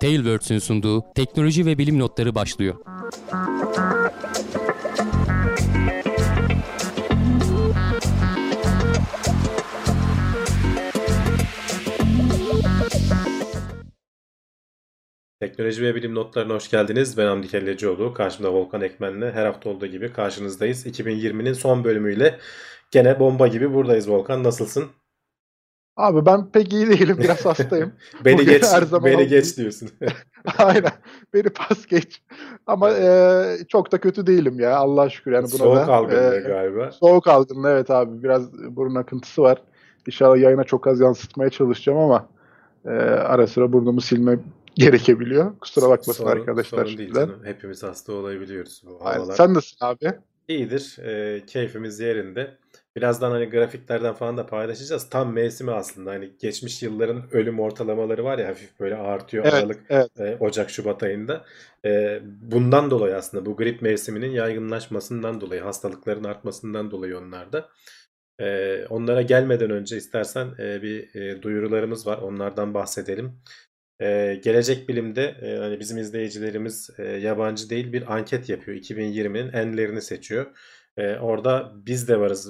Tailwords'ün sunduğu teknoloji ve bilim notları başlıyor. Teknoloji ve bilim notlarına hoş geldiniz. Ben Hamdi Kellecioğlu. Karşımda Volkan Ekmen'le her hafta olduğu gibi karşınızdayız. 2020'nin son bölümüyle gene bomba gibi buradayız Volkan. Nasılsın? Abi ben pek iyi değilim. Biraz hastayım. Beni Bugün geç, her zaman beni olduğu geç diyorsun. Aynen. Beni pas geç. Ama çok da kötü değilim ya. Allah'a şükür yani buna Soğuk da. algınlığı galiba. Soğuk algınlığı, evet abi. Biraz burun akıntısı var. İnşallah yayına çok az yansıtmaya çalışacağım ama ara sıra burnumu silmem gerekebiliyor. Kusura bakmasın arkadaşlar. Sorun değil canım. Hepimiz hasta olabiliyoruz bu Aynen. havalar. Sen nasılsın abi? İyidir. Keyfimiz yerinde. Birazdan hani grafiklerden falan da paylaşacağız. Tam mevsimi aslında. Hani geçmiş yılların ölüm ortalamaları var ya, hafif böyle artıyor Evet, Aralık, evet. Ocak, Şubat ayında. Bundan dolayı aslında bu grip mevsiminin yaygınlaşmasından dolayı, hastalıkların artmasından dolayı onlarda. Onlara gelmeden önce istersen bir duyurularımız var. Onlardan bahsedelim. Gelecek Bilim'de hani bizim izleyicilerimiz yabancı değil, bir anket yapıyor. 2020'nin enlerini seçiyor. Orada biz de varız.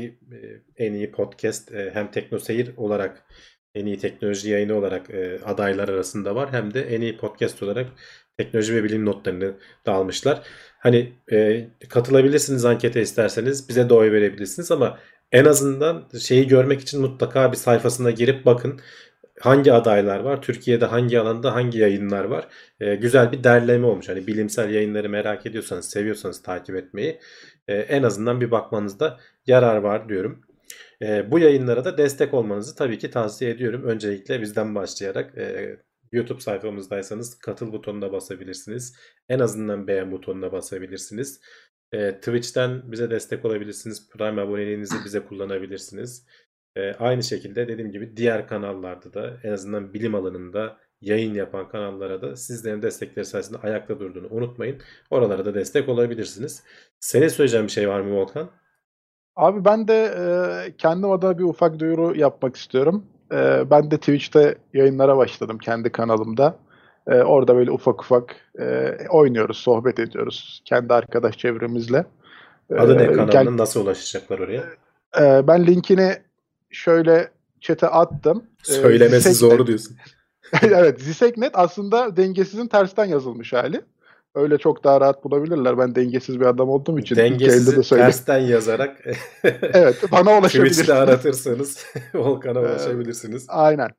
En iyi podcast hem teknoseyir olarak, en iyi teknoloji yayını olarak adaylar arasında var. Hem de en iyi podcast olarak teknoloji ve bilim notlarını da almışlar. Hani katılabilirsiniz ankete isterseniz. Bize de oy verebilirsiniz ama en azından şeyi görmek için mutlaka bir sayfasına girip bakın. Hangi adaylar var? Türkiye'de hangi alanda hangi yayınlar var? Güzel bir derleme olmuş. Hani bilimsel yayınları merak ediyorsanız, seviyorsanız takip etmeyi en azından bir bakmanızda yarar var diyorum. Bu yayınlara da destek olmanızı tabii ki tavsiye ediyorum. Öncelikle bizden başlayarak YouTube sayfamızdaysanız katıl butonuna basabilirsiniz. En azından beğen butonuna basabilirsiniz. Twitch'ten bize destek olabilirsiniz. Prime aboneliğinizi bize kullanabilirsiniz. Aynı şekilde dediğim gibi diğer kanallarda da en azından bilim alanında yayın yapan kanallara da sizlerin destekleri sayesinde ayakta durduğunu unutmayın. Oralara da destek olabilirsiniz. Senin söyleyeceğin bir şey var mı Volkan? Abi ben de kendim adına bir ufak duyuru yapmak istiyorum. Ben de Twitch'te yayınlara başladım kendi kanalımda. Orada böyle ufak ufak oynuyoruz, sohbet ediyoruz kendi arkadaş çevremizle. Adı ne Gel, kanalının? Nasıl ulaşacaklar oraya? ben linkini şöyle chat'e attım. Söylemesi zor Ziseknet. diyorsun. Evet, Ziseknet aslında dengesizin tersten yazılmış hali. Öyle çok daha rahat bulabilirler. Ben dengesiz bir adam olduğum için ilk elde de Dengesizi söyleyeyim. tersten yazarak Evet, bana ulaşabilirsiniz. Twitch'te aratırsanız Volkan'a ulaşabilirsiniz. Aynen.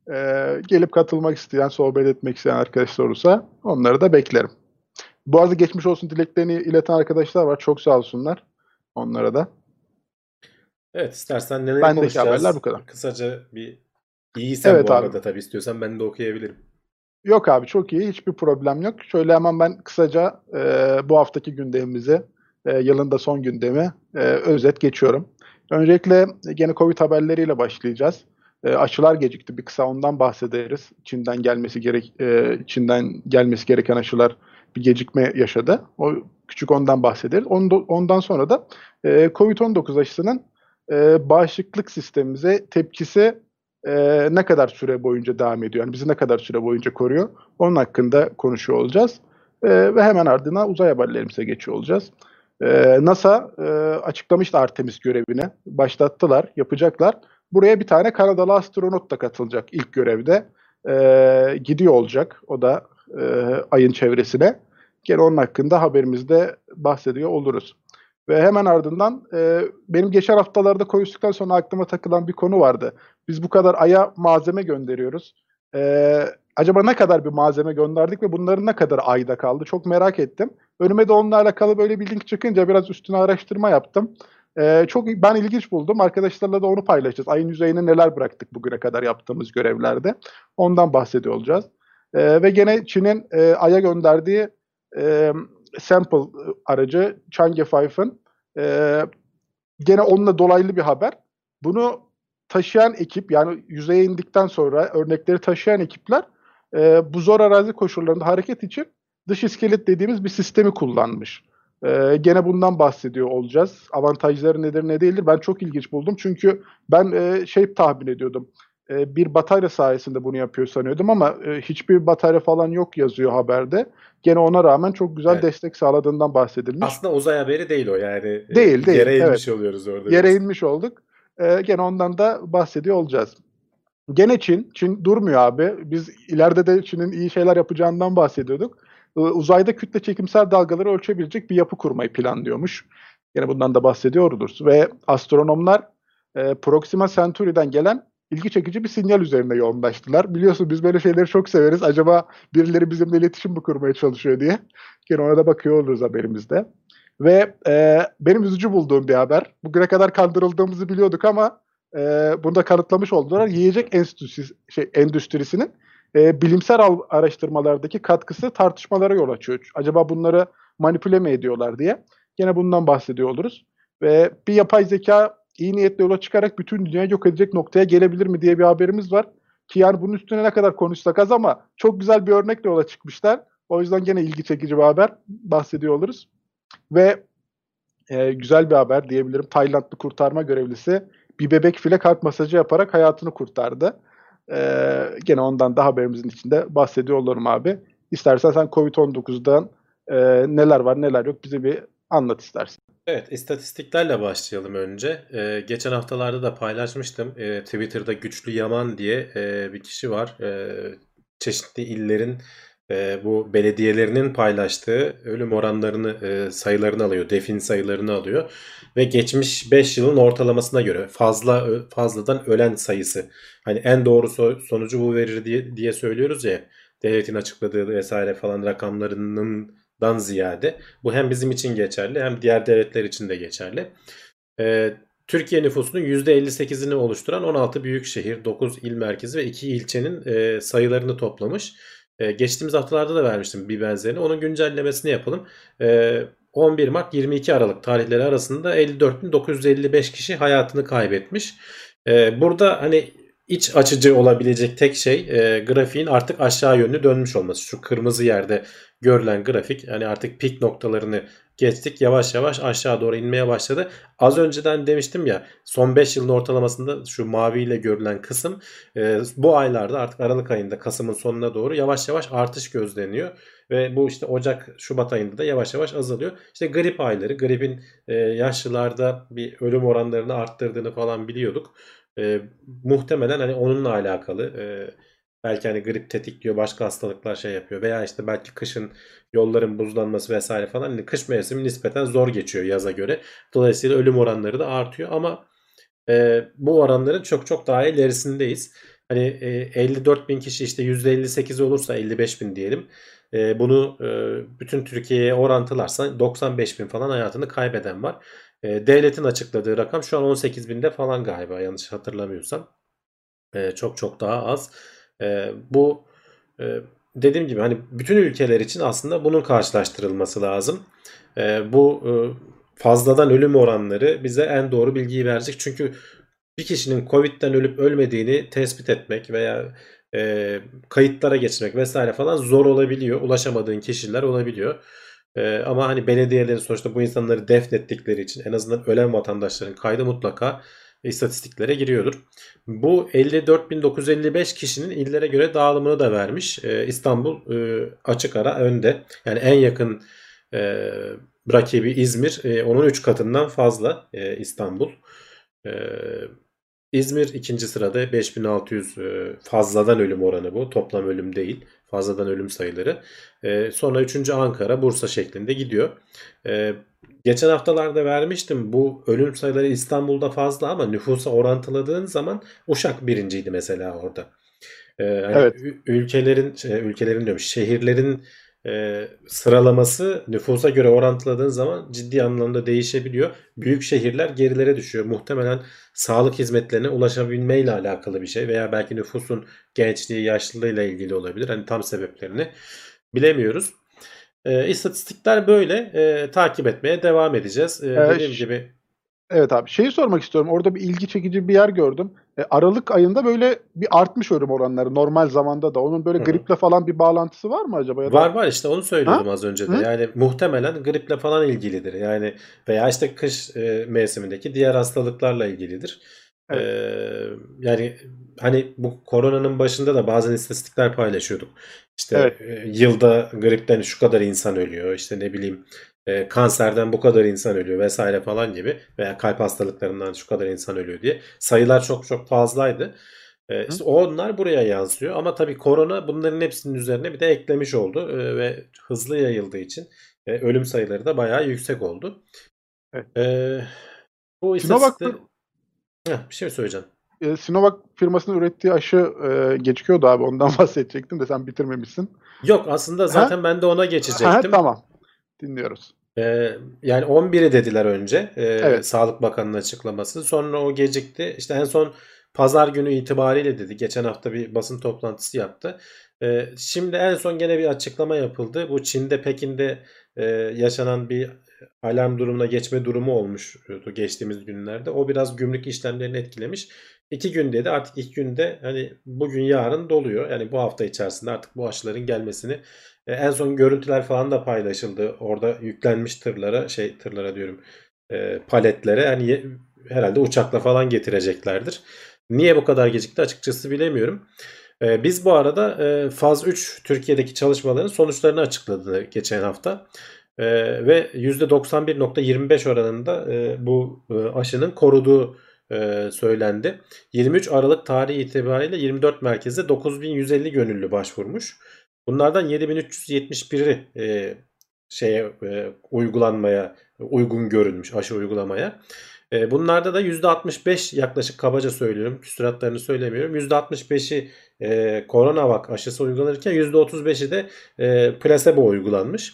Gelip katılmak isteyen, sohbet etmek isteyen arkadaşlar olursa onları da beklerim. Bu arada geçmiş olsun dileklerini ileten arkadaşlar var. Çok sağ olsunlar onlara da. Evet, istersen neleri Bendeki haberler konuşacağız? bu kadar. Kısaca bir iyiysen Evet bu abi. arada tabii istiyorsan ben de okuyabilirim. Yok abi, çok iyi. Hiçbir problem yok. Şöyle hemen ben kısaca bu haftaki gündemimizi, yılın da son gündemi özet geçiyorum. Öncelikle gene Covid haberleriyle başlayacağız. Aşılar gecikti. Bir kısa ondan bahsederiz. Çin'den gelmesi gereken aşılar bir gecikme yaşadı. O küçük ondan bahsederiz. Ondan sonra da Covid-19 aşısının bağışıklık sistemimize tepkisi ne kadar süre boyunca devam ediyor? Yani bizi ne kadar süre boyunca koruyor? Onun hakkında konuşuyor olacağız. Ve hemen ardından uzay haberlerimize geçiyor olacağız. NASA açıklamıştı Artemis görevini. Başlattılar, yapacaklar. Buraya bir tane Kanadalı astronot da katılacak ilk görevde. Gidiyor olacak. O da ayın çevresine. Gene onun hakkında haberimizde bahsediyor oluruz. Ve hemen ardından benim geçen haftalarda konuştuktan sonra aklıma takılan bir konu vardı. Biz bu kadar Ay'a malzeme gönderiyoruz. Acaba ne kadar bir malzeme gönderdik ve bunların ne kadar Ay'da kaldı? Çok merak ettim. Önüme de onunla alakalı böyle bir link çıkınca biraz üstüne araştırma yaptım. Çok ben ilginç buldum. Arkadaşlarla da onu paylaşacağız. Ayın yüzeyine neler bıraktık bugüne kadar yaptığımız görevlerde. Ondan bahsediyor olacağız. Ve gene Çin'in Ay'a gönderdiği sample aracı Chang'e 5'ın gene onunla dolaylı bir haber. Bunu taşıyan ekip, yani yüzeye indikten sonra örnekleri taşıyan ekipler bu zor arazi koşullarında hareket için dış iskelet dediğimiz bir sistemi kullanmış. Gene bundan bahsediyor olacağız. Avantajları nedir ne değildir ben çok ilginç buldum. Çünkü ben tahmin ediyordum. bir batarya sayesinde bunu yapıyor sanıyordum ama hiçbir batarya falan yok yazıyor haberde. Gene ona rağmen çok güzel Evet. destek sağladığından bahsedilmiş. Aslında uzay haberi değil o yani. Değil, Yere evet. inmiş oluyoruz orada Yere biraz. inmiş olduk. Gene ondan da bahsediyor olacağız. Gene Çin. Çin durmuyor abi. Biz ileride de Çin'in iyi şeyler yapacağından bahsediyorduk. Uzayda kütle çekimsel dalgaları ölçebilecek bir yapı kurmayı planlıyormuş. Yine bundan da bahsediyoruz. Ve astronomlar Proxima Centauri'den gelen ilgi çekici bir sinyal üzerine yoğunlaştılar. Biliyorsun biz böyle şeyleri çok severiz. Acaba birileri bizimle iletişim mi kurmaya çalışıyor diye. Gene ona da bakıyor oluruz haberimizde. Ve benim üzücü bulduğum bir haber. Bugüne kadar kandırıldığımızı biliyorduk ama bunu da kanıtlamış oldular. Yiyecek endüstrisinin bilimsel araştırmalardaki katkısı tartışmalara yol açıyor. Acaba bunları manipüle mi ediyorlar diye. Gene bundan bahsediyor oluruz. Ve bir yapay zeka iyi niyetle yola çıkarak bütün dünyayı yok edecek noktaya gelebilir mi diye bir haberimiz var. Ki yani bunun üstüne ne kadar konuşsak az ama çok güzel bir örnekle yola çıkmışlar. O yüzden gene ilgi çekici bir haber bahsediyor oluruz. Ve güzel bir haber diyebilirim. Taylandlı kurtarma görevlisi bir bebek file kalp masajı yaparak hayatını kurtardı. Gene ondan da haberimizin içinde bahsediyor olurum abi. İstersen sen Covid-19'dan neler var neler yok bize bir anlat istersen. Evet, istatistiklerle başlayalım önce. Geçen haftalarda da paylaşmıştım. Twitter'da Güçlü Yaman diye bir kişi var. Çeşitli illerin bu belediyelerinin paylaştığı ölüm oranlarını, sayılarını alıyor. Defin sayılarını alıyor. Ve geçmiş 5 yılın ortalamasına göre fazladan ölen sayısı. Hani en doğru sonucu bu verir diye söylüyoruz ya. Devletin açıkladığı vesaire falan rakamlarından ziyade. Bu hem bizim için geçerli hem diğer devletler için de geçerli. Türkiye nüfusunun %58'ini oluşturan 16 büyük şehir, 9 il merkezi ve 2 ilçenin sayılarını toplamış. Geçtiğimiz haftalarda da vermiştim bir benzerini. Onun güncellemesini yapalım. 11 Mart 22 Aralık tarihleri arasında 54.955 kişi hayatını kaybetmiş. Burada hani iç açıcı olabilecek tek şey grafiğin artık aşağı yönlü dönmüş olması. Şu kırmızı yerde görülen grafik hani artık pik noktalarını geçtik, yavaş yavaş aşağı doğru inmeye başladı. Az önceden demiştim ya, son 5 yılın ortalamasında şu maviyle görülen kısım bu aylarda artık Aralık ayında, Kasım'ın sonuna doğru yavaş yavaş artış gözleniyor. Ve bu işte Ocak, Şubat ayında da yavaş yavaş azalıyor. İşte grip ayları, gripin yaşlılarda bir ölüm oranlarını arttırdığını falan biliyorduk. Muhtemelen hani onunla alakalı. Belki hani grip tetikliyor, başka hastalıklar şey yapıyor veya işte belki kışın yolların buzlanması vesaire falan. Hani kış mevsimi nispeten zor geçiyor yaza göre. Dolayısıyla ölüm oranları da artıyor ama bu oranların çok çok daha ilerisindeyiz. Hani 54 bin kişi işte %58 olursa 55 bin diyelim. Bunu bütün Türkiye'ye orantılarsa 95 bin falan hayatını kaybeden var. Devletin açıkladığı rakam şu an 18 binde falan galiba, yanlış hatırlamıyorsam. Çok çok daha az. Bu dediğim gibi hani bütün ülkeler için aslında bunun karşılaştırılması lazım. Bu fazladan ölüm oranları bize en doğru bilgiyi verecek. Çünkü bir kişinin Covid'den ölüp ölmediğini tespit etmek veya kayıtlara geçirmek vesaire falan zor olabiliyor. Ulaşamadığın kişiler olabiliyor. Ama hani belediyelerin sonuçta bu insanları defnettikleri için en azından ölen vatandaşların kaydı mutlaka istatistiklere giriyordur. Bu 54.955 kişinin illere göre dağılımını da vermiş. İstanbul açık ara önde. Yani en yakın rakibi İzmir. Onun 3 katından fazla İstanbul. İzmir ikinci sırada, 5600 fazladan ölüm oranı bu. Toplam ölüm değil. Fazladan ölüm sayıları. Sonra üçüncü Ankara, Bursa şeklinde gidiyor. Geçen haftalarda vermiştim. Bu ölüm sayıları İstanbul'da fazla ama nüfusa orantıladığın zaman Uşak birinciydi mesela orada. Hani Evet. ülkelerin diyorum, şehirlerin sıralaması nüfusa göre orantıladığın zaman ciddi anlamda değişebiliyor. Büyük şehirler gerilere düşüyor. Muhtemelen sağlık hizmetlerine ulaşabilmeyle alakalı bir şey veya belki nüfusun gençliği, yaşlılığıyla ilgili olabilir. Hani tam sebeplerini bilemiyoruz. İstatistikler böyle. Takip etmeye devam edeceğiz. Dediğim gibi. Evet abi. Şeyi sormak istiyorum. Orada bir ilgi çekici bir yer gördüm. Aralık ayında böyle bir artmış ölüm oranları normal zamanda da. Onun böyle Hı hı. griple falan bir bağlantısı var mı acaba? Ya da... Var işte onu söylüyordum Ha? az önce de. Hı? Yani muhtemelen griple falan ilgilidir. Yani veya işte kış mevsimindeki diğer hastalıklarla ilgilidir. Evet. Yani hani bu koronanın başında da bazen istatistikler paylaşıyorduk. İşte Evet. yılda gripten şu kadar insan ölüyor. İşte ne bileyim kanserden bu kadar insan ölüyor vesaire falan gibi veya kalp hastalıklarından şu kadar insan ölüyor diye. Sayılar çok çok fazlaydı. Hı. İşte onlar buraya yansıyor ama tabii korona bunların hepsinin üzerine bir de eklemiş oldu ve hızlı yayıldığı için ölüm sayıları da bayağı yüksek oldu. Evet. E, Bu Sinovac, istatistikte bir şey mi söyleyeceğim? Sinovac firmasının ürettiği aşı gecikiyordu abi. Ondan bahsedecektim de sen bitirmemişsin. Yok aslında Ha? zaten ben de ona Ha, geçecektim. tamam. Dinliyoruz. Yani 11'i dediler önce Evet. Sağlık Bakanı'nın açıklaması. Sonra o gecikti. İşte en son pazar günü itibariyle dedi. Geçen hafta bir basın toplantısı yaptı. Şimdi en son gene bir açıklama yapıldı. Bu Çin'de, Pekin'de yaşanan bir alarm durumuna geçme durumu olmuştu geçtiğimiz günlerde. O biraz gümrük işlemlerini etkilemiş. 2 gün dedi. Artık 2 günde hani bugün yarın doluyor. Yani bu hafta içerisinde artık bu aşıların gelmesini en son görüntüler falan da paylaşıldı. Orada yüklenmiş tırlara diyorum paletlere. Yani herhalde uçakla falan getireceklerdir. Niye bu kadar gecikti açıkçası bilemiyorum. Biz bu arada faz 3 Türkiye'deki çalışmaların sonuçlarını açıkladı geçen hafta. Ve %91.25 oranında bu aşının koruduğu söylendi. 23 Aralık tarihi itibariyle 24 merkezde 9150 gönüllü başvurmuş. Bunlardan 7371'i uygulanmaya uygun görülmüş aşı uygulamaya. Bunlarda da %65 yaklaşık kabaca söylüyorum. Küsuratlarını söylemiyorum. %65'i Coronavac aşısı uygulanırken %35'i de plasebo uygulanmış.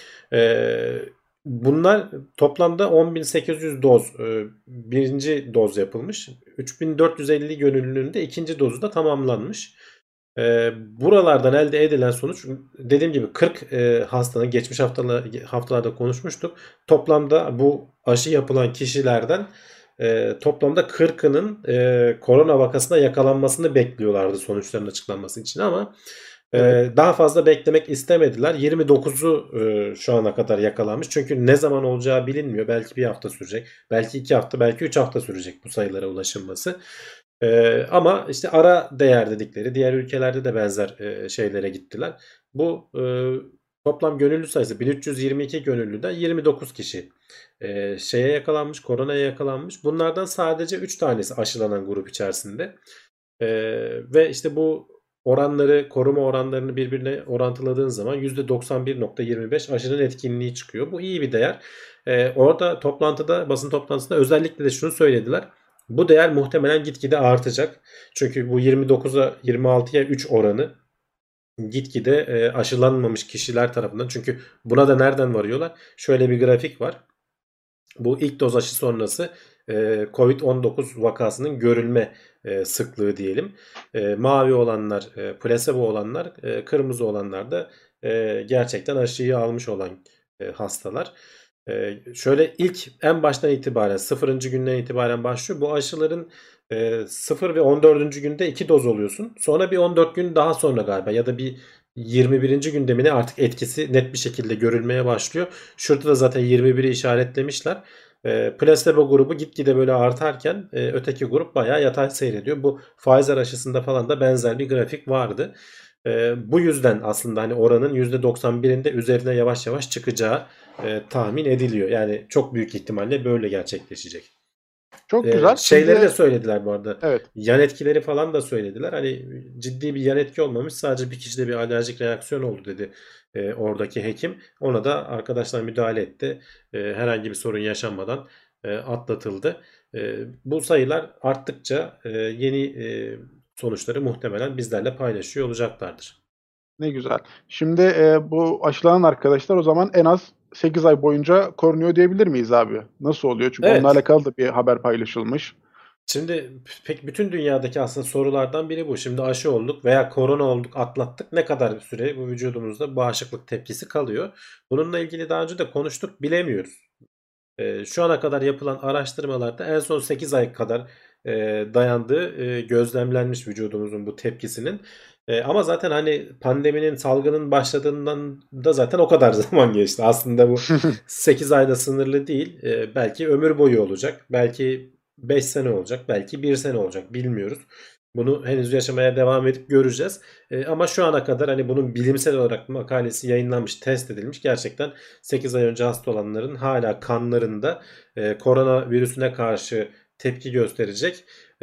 Bunlar toplamda 10.800 doz birinci doz yapılmış. 3.450 gönüllünün de ikinci dozu da tamamlanmış. Buralardan elde edilen sonuç dediğim gibi 40 hastanın geçmiş haftalarda konuşmuştuk. Toplamda bu aşı yapılan kişilerden toplamda 40'ının korona vakasına yakalanmasını bekliyorlardı sonuçların açıklanması için ama Evet. daha fazla beklemek istemediler. 29'u şu ana kadar yakalanmış. Çünkü ne zaman olacağı bilinmiyor. Belki bir hafta sürecek. Belki 2 hafta, belki 3 hafta sürecek bu sayılara ulaşılması. Ama işte ara değer dedikleri diğer ülkelerde de benzer şeylere gittiler. Bu toplam gönüllü sayısı 1322 gönüllüden 29 kişi şeye yakalanmış, koronaya yakalanmış. Bunlardan sadece 3 tanesi aşılanan grup içerisinde. Ve işte bu koruma oranlarını birbirine orantıladığın zaman %91.25 aşının etkinliği çıkıyor. Bu iyi bir değer. Orada basın toplantısında özellikle de şunu söylediler. Bu değer muhtemelen gitgide artacak. Çünkü bu 29'a 26'ya 3 oranı gitgide aşılanmamış kişiler tarafından. Çünkü buna da nereden varıyorlar? Şöyle bir grafik var. Bu ilk doz aşı sonrası COVID-19 vakasının görülme sıklığı diyelim. Mavi olanlar plasebo olanlar, kırmızı olanlar da gerçekten aşıyı almış olan hastalar. Şöyle en baştan itibaren 0. günden itibaren başlıyor. Bu aşıların 0 ve 14. günde 2 doz oluyorsun. Sonra bir 14 gün daha sonra galiba ya da bir 21. gündemine artık etkisi net bir şekilde görülmeye başlıyor. Şurada da zaten 21'i işaretlemişler. Plasebo grubu gitgide böyle artarken öteki grup bayağı yatay seyrediyor. Bu Pfizer aşısında falan da benzer bir grafik vardı. Bu yüzden aslında hani oranın %91'inde üzerine yavaş yavaş çıkacağı tahmin ediliyor. Yani çok büyük ihtimalle böyle gerçekleşecek. Çok güzel. Şeyleri de Şimdi söylediler bu arada. evet. Yan etkileri falan da söylediler. Hani ciddi bir yan etki olmamış. Sadece bir kişide bir alerjik reaksiyon oldu dedi oradaki hekim. Ona da arkadaşlar müdahale etti. Herhangi bir sorun yaşanmadan atlatıldı. Bu sayılar arttıkça yeni sonuçları muhtemelen bizlerle paylaşıyor olacaklardır. Ne güzel. Şimdi bu aşılanan arkadaşlar o zaman en az 8 ay boyunca korunuyor diyebilir miyiz abi? Nasıl oluyor? Çünkü onunla Evet. alakalı da bir haber paylaşılmış. Şimdi pek bütün dünyadaki aslında sorulardan biri bu. Şimdi aşı olduk veya korona olduk, atlattık. Ne kadar bir süre bu vücudumuzda bağışıklık tepkisi kalıyor? Bununla ilgili daha önce de konuştuk, bilemiyoruz. Şu ana kadar yapılan araştırmalarda en son 8 ay kadar dayandığı gözlemlenmiş vücudumuzun bu tepkisinin. Ama zaten hani pandeminin, salgının başladığından da zaten o kadar zaman geçti. Aslında bu 8 ayda sınırlı değil. Belki ömür boyu olacak. Belki 5 sene olacak, belki 1 sene olacak, bilmiyoruz. Bunu henüz yaşamaya devam edip göreceğiz. Ama şu ana kadar hani bunun bilimsel olarak makalesi yayınlanmış, test edilmiş. Gerçekten 8 ay önce hasta olanların hala kanlarında koronavirüsüne karşı tepki gösterecek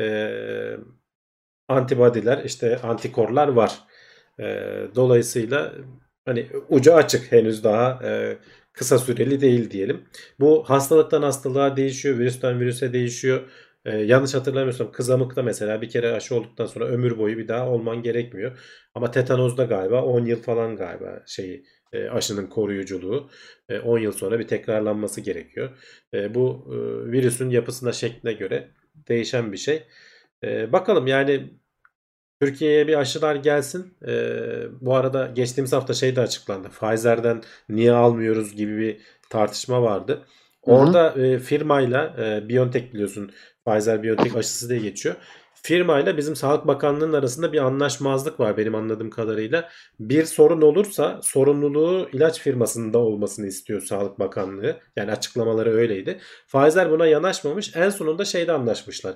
antibodiler, işte antikorlar var. Dolayısıyla hani ucu açık, henüz daha kısa süreli değil diyelim. Bu hastalıktan hastalığa değişiyor, virüsten virüse değişiyor. Yanlış hatırlamıyorsam kızamıkta mesela bir kere aşı olduktan sonra ömür boyu bir daha olman gerekmiyor. Ama tetanozda galiba 10 yıl falan galiba aşının koruyuculuğu. 10 yıl sonra bir tekrarlanması gerekiyor. Bu virüsün yapısına, şekline göre değişen bir şey. Bakalım yani Türkiye'ye bir aşılar gelsin. Bu arada geçtiğimiz hafta şey de açıklandı. Pfizer'den niye almıyoruz gibi bir tartışma vardı. Hı hı. Orada firmayla BioNTech, biliyorsun Pfizer-BioNTech aşısı diye geçiyor. Firmayla bizim Sağlık Bakanlığı'nın arasında bir anlaşmazlık var benim anladığım kadarıyla. Bir sorun olursa sorumluluğu ilaç firmasında olmasını istiyor Sağlık Bakanlığı. Yani açıklamaları öyleydi. Pfizer buna yanaşmamış. En sonunda şeyde anlaşmışlar.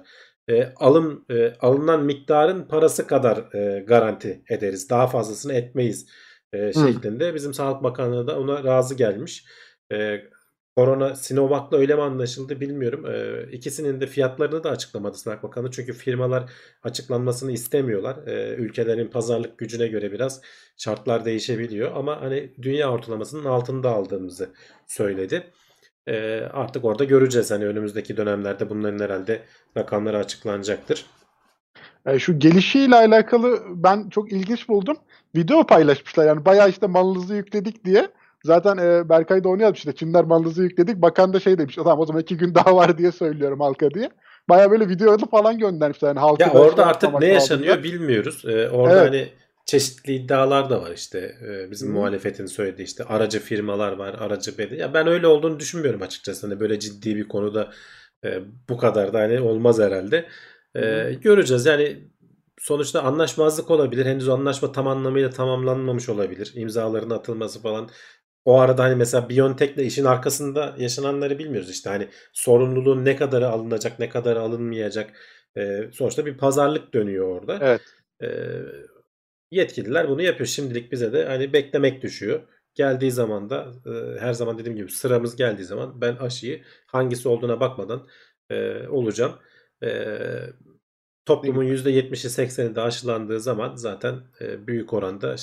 Alınan miktarın parası kadar garanti ederiz. Daha fazlasını etmeyiz Hı. şeklinde. Bizim Sağlık Bakanlığı da ona razı gelmiş. E, Korona Sinovac'la öyle mi anlaşıldı bilmiyorum. İkisinin de fiyatlarını da açıklamadı Sağlık Bakanlığı. Çünkü firmalar açıklanmasını istemiyorlar. Ülkelerin pazarlık gücüne göre biraz şartlar değişebiliyor. Ama hani dünya ortalamasının altında aldığımızı söyledi. Artık orada göreceğiz. Hani önümüzdeki dönemlerde bunların herhalde rakamları açıklanacaktır. Şu gelişiyle alakalı ben çok ilginç buldum. Video paylaşmışlar yani bayağı işte malınızı yükledik diye. Zaten Berkay da onu yazmış işte Çinler malınızı yükledik. Bakan da şey demiş tamam o zaman 2 gün daha var diye söylüyorum halka diye. Bayağı böyle videoyu falan göndermişler yani Ya halkı da şey orada artık ne yapmamak yaşanıyor babında. bilmiyoruz. Orada Evet. hani çeşitli iddialar da var işte. Bizim Hı-hı. muhalefetin söylediği işte aracı firmalar var, aracı bedel. Ya ben öyle olduğunu düşünmüyorum açıkçası. Hani böyle ciddi bir konuda bu kadar da hani olmaz herhalde. Hı-hı. Göreceğiz. Yani sonuçta anlaşmazlık olabilir. Henüz anlaşma tam anlamıyla tamamlanmamış olabilir. İmzaların atılması falan. O arada hani mesela BioNTech'le işin arkasında yaşananları bilmiyoruz işte. Hani sorumluluğun ne kadarı alınacak, ne kadarı alınmayacak. Sonuçta bir pazarlık dönüyor orada. Evet. Ee, Yetkililer bunu yapıyor. Şimdilik bize de hani beklemek düşüyor. Geldiği zaman da her zaman dediğim gibi sıramız geldiği zaman ben aşıyı hangisi olduğuna bakmadan olacağım. E, Ne Toplumun güzel. %70'i 80'i de aşılandığı zaman zaten büyük oranda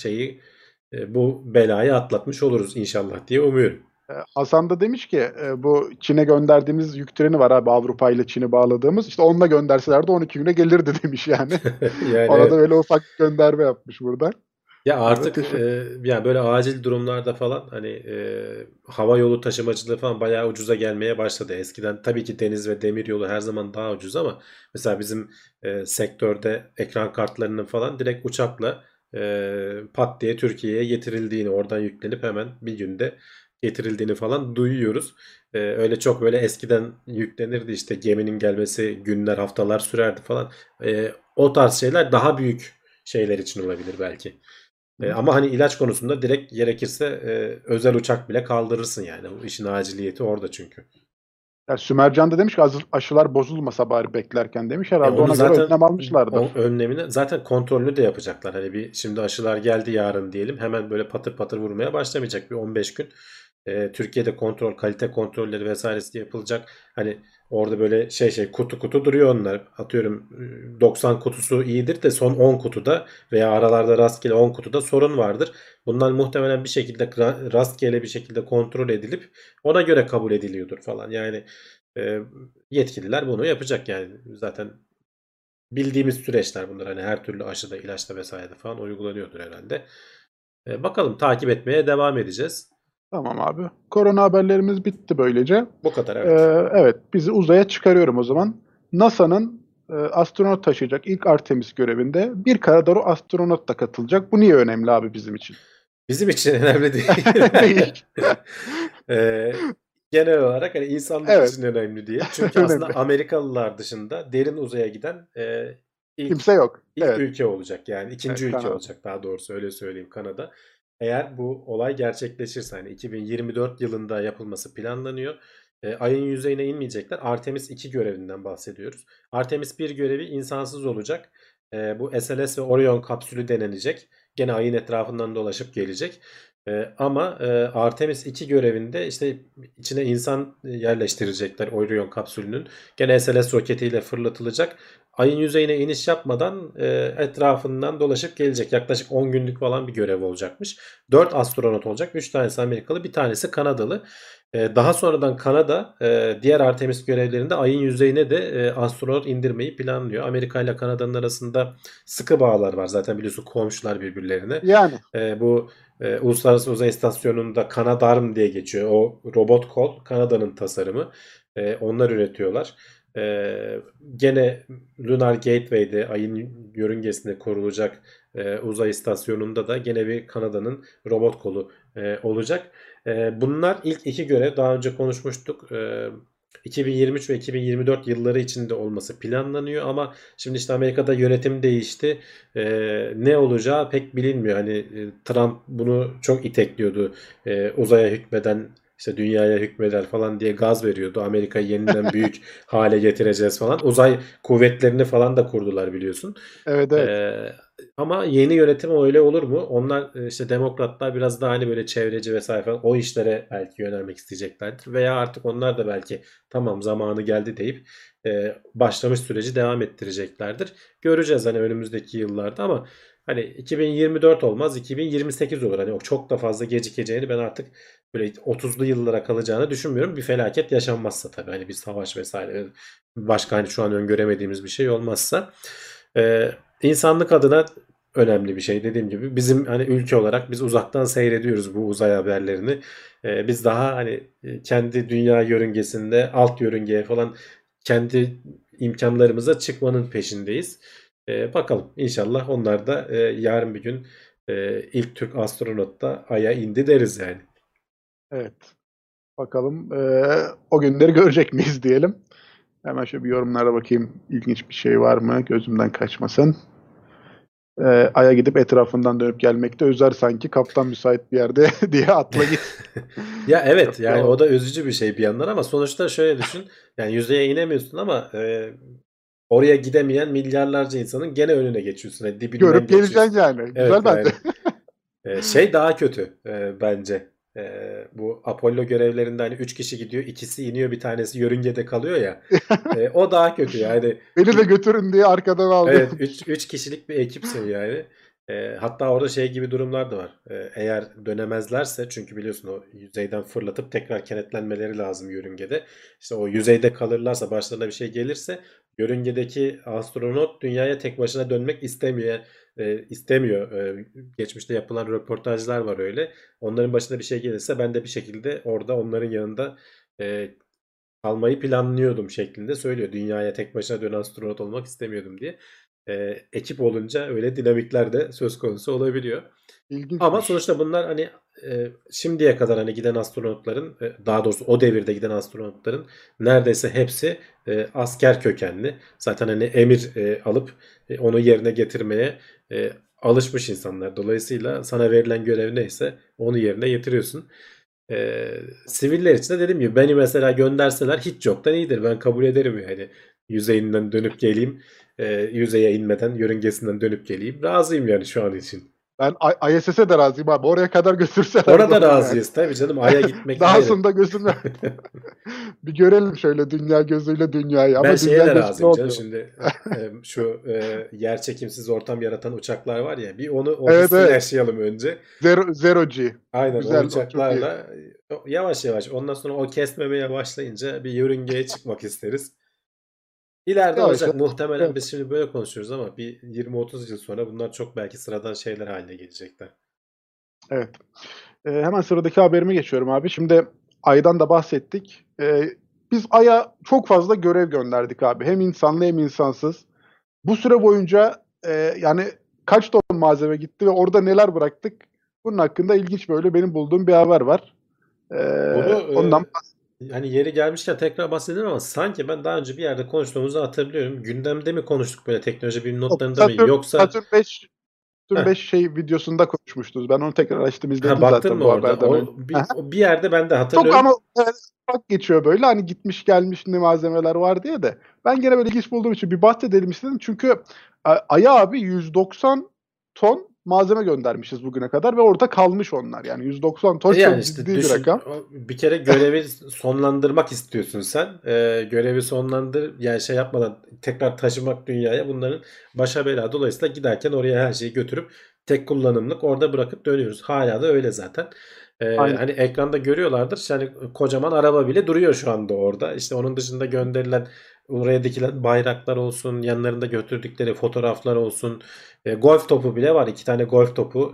bu belayı atlatmış oluruz inşallah diye umuyorum. Hasan da demiş ki bu Çin'e gönderdiğimiz yük treni var abi Avrupa ile Çin'i bağladığımız. İşte onunla gönderseler de 12 güne gelirdi demiş yani. Yani Ona da evet. böyle ufak gönderme yapmış burada. Ya Evet, artık teşekkür. yani böyle acil durumlarda falan hani hava yolu taşımacılığı falan bayağı ucuza gelmeye başladı. Eskiden tabii ki deniz ve demir yolu her zaman daha ucuz ama mesela bizim sektörde ekran kartlarının falan direkt uçakla pat diye Türkiye'ye getirildiğini, oradan yüklenip hemen bir günde getirildiğini falan duyuyoruz. Öyle çok böyle eskiden yüklenirdi, işte geminin gelmesi günler haftalar sürerdi falan. O tarz şeyler daha büyük şeyler için olabilir belki. Hı hı. Ama hani ilaç konusunda direkt gerekirse özel uçak bile kaldırırsın yani. Bu işin aciliyeti orada çünkü. Ya Sümercan da demiş ki aşılar bozulmasa bari beklerken demiş. Herhalde Onu ona göre zaten önlem almışlardır. önlemini zaten kontrolünü de yapacaklar. Hani bir şimdi aşılar geldi yarın diyelim. Hemen böyle patır patır vurmaya başlamayacak bir 15 gün. Türkiye'de kontrol, kalite kontrolleri vesairesi yapılacak. Hani orada böyle kutu kutu duruyor onlar. Atıyorum 90 kutusu iyidir de son 10 kutuda veya aralarda rastgele 10 kutuda sorun vardır. Bunlar muhtemelen bir şekilde rastgele bir şekilde kontrol edilip ona göre kabul ediliyordur falan. Yani e, yetkililer bunu yapacak yani. Zaten bildiğimiz süreçler bunlar. Hani her türlü aşıda, ilaçta vesairede falan uygulanıyordur herhalde. Bakalım, takip etmeye devam edeceğiz. Tamam abi. Korona haberlerimiz bitti böylece. Bu kadar, Ee, evet. evet, bizi uzaya çıkarıyorum o zaman. NASA'nın astronot taşıyacak ilk Artemis görevinde bir kadar o astronot da katılacak. Bu niye önemli abi bizim için? Bizim için önemli değil. Değil. Ee, Genel olarak hani insanlık Evet, için önemli diyelim. Çünkü aslında önemli. Amerikalılar dışında derin uzaya giden ilk Kimse yok. ilk Evet, ülke olacak. Yani ikinci evet ülke Kanada. olacak, daha doğrusu öyle söyleyeyim, Kanada. Eğer bu olay gerçekleşirse hani 2024 yılında yapılması planlanıyor. Ayın yüzeyine inmeyecekler. Artemis 2 görevinden bahsediyoruz. Artemis 1 görevi insansız olacak. Bu SLS ve Orion kapsülü denenecek. Gene ayın etrafından dolaşıp gelecek. Ama Artemis 2 görevinde işte içine insan yerleştirecekler Orion kapsülünün. Gene SLS roketiyle fırlatılacak. Ayın yüzeyine iniş yapmadan etrafından dolaşıp gelecek. Yaklaşık 10 günlük falan bir görev olacakmış. 4 astronot olacak. 3 tanesi Amerikalı, bir tanesi Kanadalı. Daha sonradan Kanada diğer Artemis görevlerinde ayın yüzeyine de astronot indirmeyi planlıyor. Amerika ile Kanada'nın arasında sıkı bağlar var. Zaten biliyorsun komşular birbirlerine. Yani Bu Uluslararası Uzay İstasyonu'nda Canadarm diye geçiyor. O robot kol Kanada'nın tasarımı. Onlar üretiyorlar. Gene Lunar Gateway'de ayın yörüngesinde kurulacak uzay istasyonunda da gene bir Kanada'nın robot kolu olacak. Bunlar ilk iki görev, daha önce konuşmuştuk. 2023 ve 2024 yılları içinde olması planlanıyor ama şimdi işte Amerika'da yönetim değişti. Ne olacağı pek bilinmiyor. Hani Trump bunu çok itekliyordu. Uzaya hükmeden işte dünyaya hükmeder falan diye gaz veriyordu. Amerika'yı yeniden büyük hale getireceğiz falan. Uzay kuvvetlerini falan da kurdular biliyorsun. evet, evet. Ama yeni yönetim öyle olur mu? Onlar işte demokratlar biraz daha hani böyle çevreci vesaire falan o işlere belki yönelmek isteyeceklerdir. Veya artık onlar da belki tamam zamanı geldi deyip başlamış süreci devam ettireceklerdir. Göreceğiz hani önümüzdeki yıllarda ama hani 2024 olmaz 2028 olur. Hani o çok da fazla gecikeceğini ben artık böyle 30'lu yıllara kalacağını düşünmüyorum. Bir felaket yaşanmazsa tabii hani bir savaş vesaire başka hani şu an öngöremediğimiz bir şey olmazsa. İnsanlık adına önemli bir şey dediğim gibi. Bizim hani ülke olarak biz uzaktan seyrediyoruz bu uzay haberlerini. Biz daha hani kendi dünya yörüngesinde alt yörüngeye falan kendi imkanlarımıza çıkmanın peşindeyiz. Bakalım inşallah onlar da yarın bir gün ilk Türk astronot da Ay'a indi deriz yani. Evet. Bakalım o günleri görecek miyiz diyelim. Hemen şöyle bir yorumlara bakayım. İlginç bir şey var mı? Gözümden kaçmasın. Ay'a gidip etrafından dönüp gelmekte özer sanki. Kaptan müsait bir yerde diye atla git. Ya evet yani Yok. o da üzücü bir şey bir yandan ama sonuçta şöyle düşün. Yani yüzeye inemiyorsun ama oraya gidemeyen milyarlarca insanın gene önüne geçiyorsun. Yani dibinden Görüp geleceksin geçiyorsun. yani. Güzel Evet bence. yani. Şey daha kötü bence. Bu Apollo görevlerinde hani 3 kişi gidiyor, ikisi iniyor, bir tanesi yörüngede kalıyor ya. O daha kötü yani. Beni de götürün diye arkadan aldı. Evet, 3 kişilik bir ekipsin yani. Hatta orada şey gibi durumlar da var. Eğer dönemezlerse çünkü biliyorsun o yüzeyden fırlatıp tekrar kenetlenmeleri lazım yörüngede. İşte o yüzeyde kalırlarsa başlarına bir şey gelirse yörüngedeki astronot dünyaya tek başına dönmek istemiyor. Geçmişte yapılan röportajlar var öyle. Onların başına bir şey gelirse ben de bir şekilde orada onların yanında e, kalmayı planlıyordum şeklinde söylüyor. Dünyaya tek başına dönen astronot olmak istemiyordum diye. Ekip olunca öyle dinamikler de söz konusu olabiliyor. Ama İlginçmiş. sonuçta bunlar hani şimdiye kadar hani giden astronotların daha doğrusu o devirde giden astronotların neredeyse hepsi asker kökenli. Zaten hani emir alıp onu yerine getirmeye alışmış insanlar. Dolayısıyla sana verilen görev neyse onu yerine getiriyorsun. Siviller için de dediğim gibi beni mesela gönderseler hiç yoktan iyidir. Ben kabul ederim yani. Yüzeyinden dönüp geleyim. Yüzeye inmeden yörüngesinden dönüp geleyim. Razıyım yani şu an için. Ben ISS'e de razıyım abi. Oraya kadar götürseler Orada bana yani. razıyız tabii canım. Ay'a gitmek ayrı. Dahasında gözümle bir görelim şöyle dünya gözüyle dünyayı. Ben Ama şeye dünya de gözüyle razıyım canım. olmuyor. Şimdi şu yer çekimsiz ortam yaratan uçaklar var ya. Bir onu o Evet, hissini evet. yaşayalım önce. Zero G. Aynen o Güzel, o çok iyi. uçaklarla yavaş yavaş ondan sonra o kesmemeye başlayınca bir yörüngeye çıkmak isteriz. İleride Yavaş olacak yavaş. muhtemelen Evet. biz şimdi böyle konuşuyoruz ama bir 20-30 yıl sonra bunlar çok belki sıradan şeyler haline gelecekler. Evet. Hemen sıradaki haberime geçiyorum abi. Şimdi Ay'dan da bahsettik. Biz Ay'a çok fazla görev gönderdik abi. Hem insanlı hem insansız. Bu süre boyunca yani kaç ton malzeme gitti ve orada neler bıraktık? Bunun hakkında ilginç böyle benim bulduğum bir haber var. Bunu Ondan hani yeri gelmişken tekrar bahsedelim ama sanki ben daha önce bir yerde konuştuğumuzu hatırlıyorum. Gündemde mi konuştuk böyle teknoloji bilim notlarında mı Satürn, yoksa Satürn 5 Tüm Heh. 5 şey videosunda konuşmuştunuz. Ben onu tekrar açtım Ha, izledim baktın zaten mı bu orada? haberden önce. Aha. O bir yerde ben de Çok hatırlıyorum. ama ufak geçiyor böyle hani gitmiş gelmiş ne malzemeler var diye de. Ben gene böyle ilginç bulduğum için bir bahsedelim istedim. Çünkü Ay'a abi 190 ton malzeme göndermişiz bugüne kadar ve orada kalmış onlar. Yani 190 ton Yani çok işte ciddi bir düşün, rakam. bir kere görevi sonlandırmak istiyorsun sen. Görevi sonlandır, yani şey yapmadan tekrar taşımak dünyaya, bunların başa bela. Dolayısıyla giderken oraya her şeyi götürüp tek kullanımlık orada bırakıp dönüyoruz. Hala da öyle zaten. Aynen. Hani ekranda görüyorlardır. Yani kocaman araba bile duruyor şu anda orada. İşte onun dışında gönderilen, oraya dikilen bayraklar olsun, yanlarında götürdükleri fotoğraflar olsun. Golf topu bile var. 2 tane golf topu.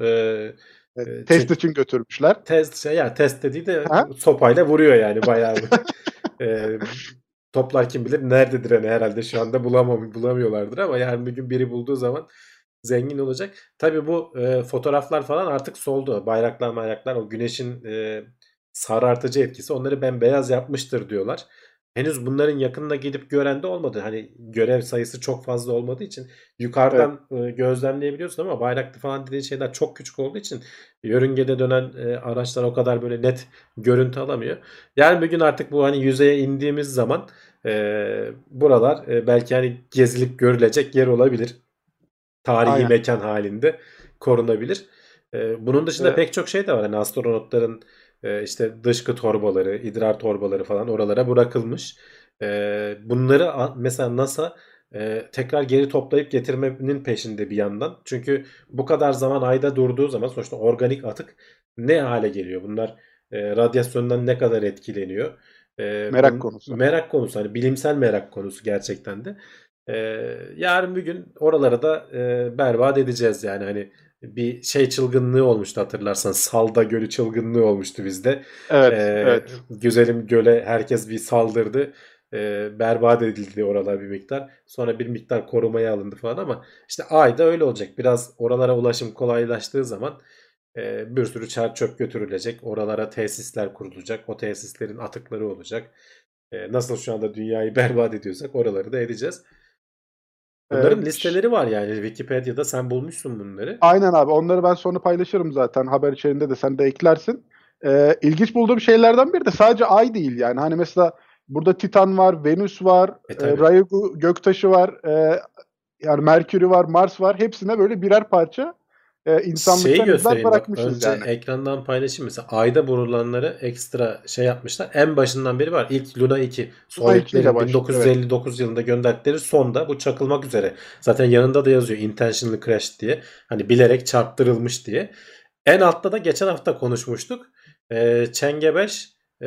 Test için götürmüşler. Test dediği de Ha? sopayla vuruyor yani bayağı. E, Toplar kim bilir nerededir, hani herhalde şu anda bulamıyorlardır ama yarın bir gün biri bulduğu zaman zengin olacak. Tabii bu fotoğraflar falan artık soldu. Bayraklar o güneşin sarartıcı etkisi onları bembeyaz yapmıştır diyorlar. Henüz bunların yakınına gidip gören de olmadı. Hani görev sayısı çok fazla olmadığı için Evet. yukarıdan gözlemleyebiliyorsun ama bayraklı falan dediğin şeyler çok küçük olduğu için yörüngede dönen araçlar o kadar böyle net görüntü alamıyor. Yani bir gün artık bu hani yüzeye indiğimiz zaman buralar belki hani gezilip görülecek yer olabilir. Tarihi Aynen. mekan halinde korunabilir. Bunun dışında E, pek çok şey de var. Hani astronotların işte dışkı torbaları, idrar torbaları falan oralara bırakılmış. Bunları mesela NASA tekrar geri toplayıp getirmenin peşinde bir yandan. Çünkü bu kadar zaman ayda durduğu zaman sonuçta organik atık ne hale geliyor? Bunlar radyasyondan ne kadar etkileniyor? Merak konusu. Merak konusu. Hani bilimsel merak konusu gerçekten de. Yarın bir gün oraları da berbat edeceğiz yani. Hani bir şey çılgınlığı olmuştu, hatırlarsan Salda Gölü çılgınlığı olmuştu bizde. Evet. Evet. Güzelim göle herkes bir saldırdı. Berbat edildi oralar bir miktar. Sonra bir miktar korumaya alındı falan ama işte Ay'da öyle olacak. Biraz oralara ulaşım kolaylaştığı zaman bir sürü çer çöp götürülecek. Oralara tesisler kurulacak. O tesislerin atıkları olacak. Nasıl şu anda dünyayı berbat ediyorsak oraları da edeceğiz. E, Bunların listeleri var yani Wikipedia'da, sen bulmuşsun bunları. Aynen abi. Onları ben sonra paylaşırım zaten. Haber içerisinde de sen de eklersin. İlginç bulduğum şeylerden biri de sadece Ay değil yani. Hani mesela burada Titan var, Venüs var, Tabi. Ryugu göktaşı var, yani Merkür'ü var, Mars var. Hepsine böyle birer parça Şeyi insanlıktan izler göstereyim bak. bırakmışız Önce yani. ekrandan paylaşayım. Mesela ayda bulunan ekstra şey yapmışlar. En başından beri var. İlk Luna 2. Luna 2 ile Sovyetlerin başlıyor. Evet. 1959 yılında gönderdikleri sonda bu çakılmak üzere. Zaten yanında da yazıyor intentional crash diye. Hani bilerek çarptırılmış diye. En altta da geçen hafta konuşmuştuk. Çenge 5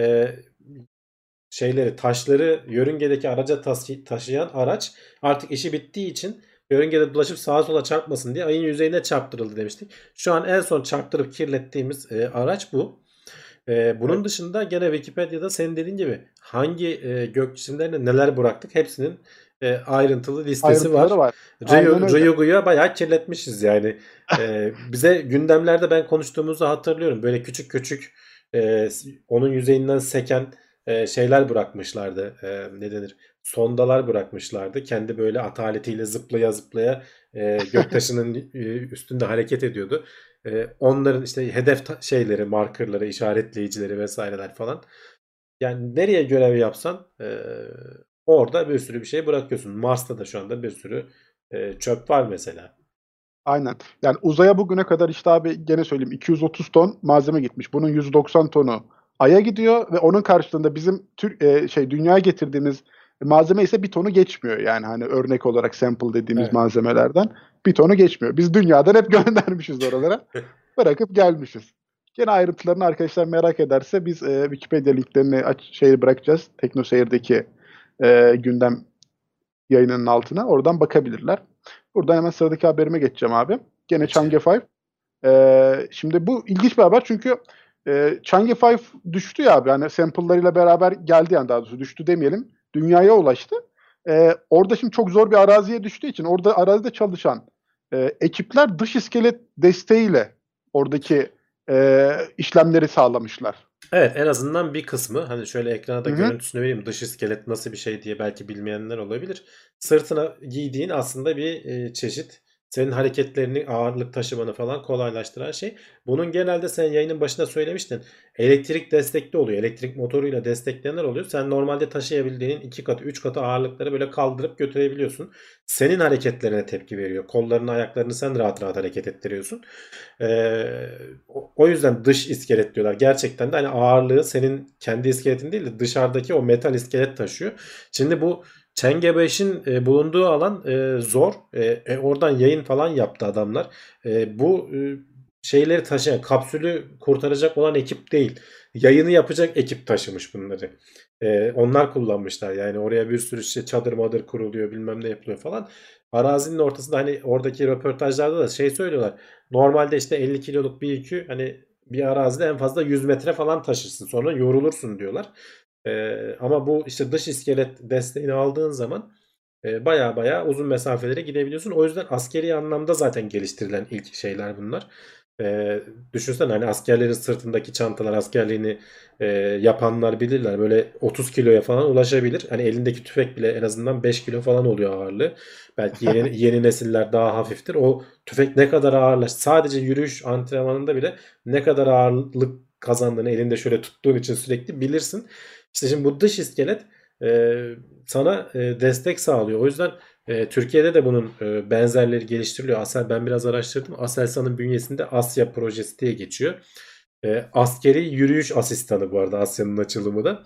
taşları yörüngedeki araca taşıyan araç artık işi bittiği için yörüngede dolaşıp sağa sola çarpmasın diye ayın yüzeyine çarptırıldı demiştik. Şu an en son çarptırıp kirlettiğimiz araç bu. Bunun Evet. dışında gene Wikipedia'da senin dediğin gibi hangi gök cisimlerine neler bıraktık hepsinin ayrıntılı listesi Ayrıntıları var. var. Aynen öyle. Ryugu'ya bayağı kirletmişiz yani. Bize gündemlerde ben konuştuğumuzu hatırlıyorum. Böyle küçük küçük onun yüzeyinden seken şeyler bırakmışlardı. Ne denir? Sondalar bırakmışlardı. Kendi böyle ataletiyle zıplaya zıplaya göktaşının üstünde hareket ediyordu. Onların işte hedef şeyleri, markerları, işaretleyicileri vesaireler falan. Yani nereye görev yapsan orada bir sürü bir şey bırakıyorsun. Mars'ta da şu anda bir sürü çöp var mesela. Aynen. Yani uzaya bugüne kadar işte abi gene söyleyeyim 230 ton malzeme gitmiş. Bunun 190 tonu Ay'a gidiyor ve onun karşılığında bizim dünyaya getirdiğimiz malzeme ise bir tonu geçmiyor. Yani hani örnek olarak sample dediğimiz Evet. malzemelerden bir tonu geçmiyor. Biz dünyadan hep göndermişiz oralara. Bırakıp gelmişiz. Gene ayrıntılarını arkadaşlar merak ederse biz Wikipedia linklerini bırakacağız. TeknoSeyir'deki gündem yayınının altına. Oradan bakabilirler. Buradan hemen sıradaki haberime geçeceğim abi. Gene Geçelim. Chang'e 5. Şimdi bu ilginç bir haber çünkü Chang'e 5 düştü ya abi. Yani sample'larıyla beraber geldi yani daha doğrusu düştü demeyelim. Dünyaya ulaştı. Orada şimdi çok zor bir araziye düştüğü için orada arazide çalışan ekipler dış iskelet desteğiyle oradaki işlemleri sağlamışlar. Evet, en azından bir kısmı, hani şöyle ekrana da Hı hı. görüntüsünü vereyim, dış iskelet nasıl bir şey diye belki bilmeyenler olabilir. Sırtına giydiğin aslında bir çeşit senin hareketlerini, ağırlık taşımanı falan kolaylaştıran şey. Bunun genelde sen yayının başında söylemiştin. Elektrik destekli oluyor. Elektrik motoruyla destekleyenler oluyor. Sen normalde taşıyabildiğinin 2 katı, 3 katı ağırlıkları böyle kaldırıp götürebiliyorsun. Senin hareketlerine tepki veriyor. Kollarını, ayaklarını sen rahat rahat hareket ettiriyorsun. O yüzden dış iskelet diyorlar. Gerçekten de hani ağırlığı senin kendi iskeletin değil de dışarıdaki o metal iskelet taşıyor. Şimdi bu Çenge 5'in bulunduğu alan zor. Oradan yayın falan yaptı adamlar. Bu şeyleri taşıyan, kapsülü kurtaracak olan ekip değil. Yayını yapacak ekip taşımış bunları. Onlar kullanmışlar. Yani oraya bir sürü şey, çadır madır kuruluyor, bilmem ne yapılıyor falan. Arazinin ortasında hani oradaki röportajlarda da şey söylüyorlar. Normalde işte 50 kiloluk bir yükü hani bir arazide en fazla 100 metre falan taşırsın. Sonra yorulursun diyorlar. Ama bu işte dış iskelet desteğini aldığın zaman baya baya uzun mesafelere gidebiliyorsun. O yüzden askeri anlamda zaten geliştirilen ilk şeyler bunlar. Düşünsene hani askerlerin sırtındaki çantalar, askerliğini yapanlar bilirler. Böyle 30 kiloya falan ulaşabilir. Hani elindeki tüfek bile en azından 5 kilo falan oluyor ağırlığı. Belki yeni nesiller daha hafiftir. O tüfek ne kadar ağırlaş, sadece yürüyüş antrenmanında bile ne kadar ağırlık kazandığını elinde şöyle tuttuğun için sürekli bilirsin. İşte şimdi bu dış iskelet e, sana destek sağlıyor. O yüzden Türkiye'de de bunun benzerleri geliştiriliyor. Ben biraz araştırdım. Aselsan'ın bünyesinde Asya projesi diye geçiyor. Askeri yürüyüş asistanı bu arada, Asya'nın açılımı da.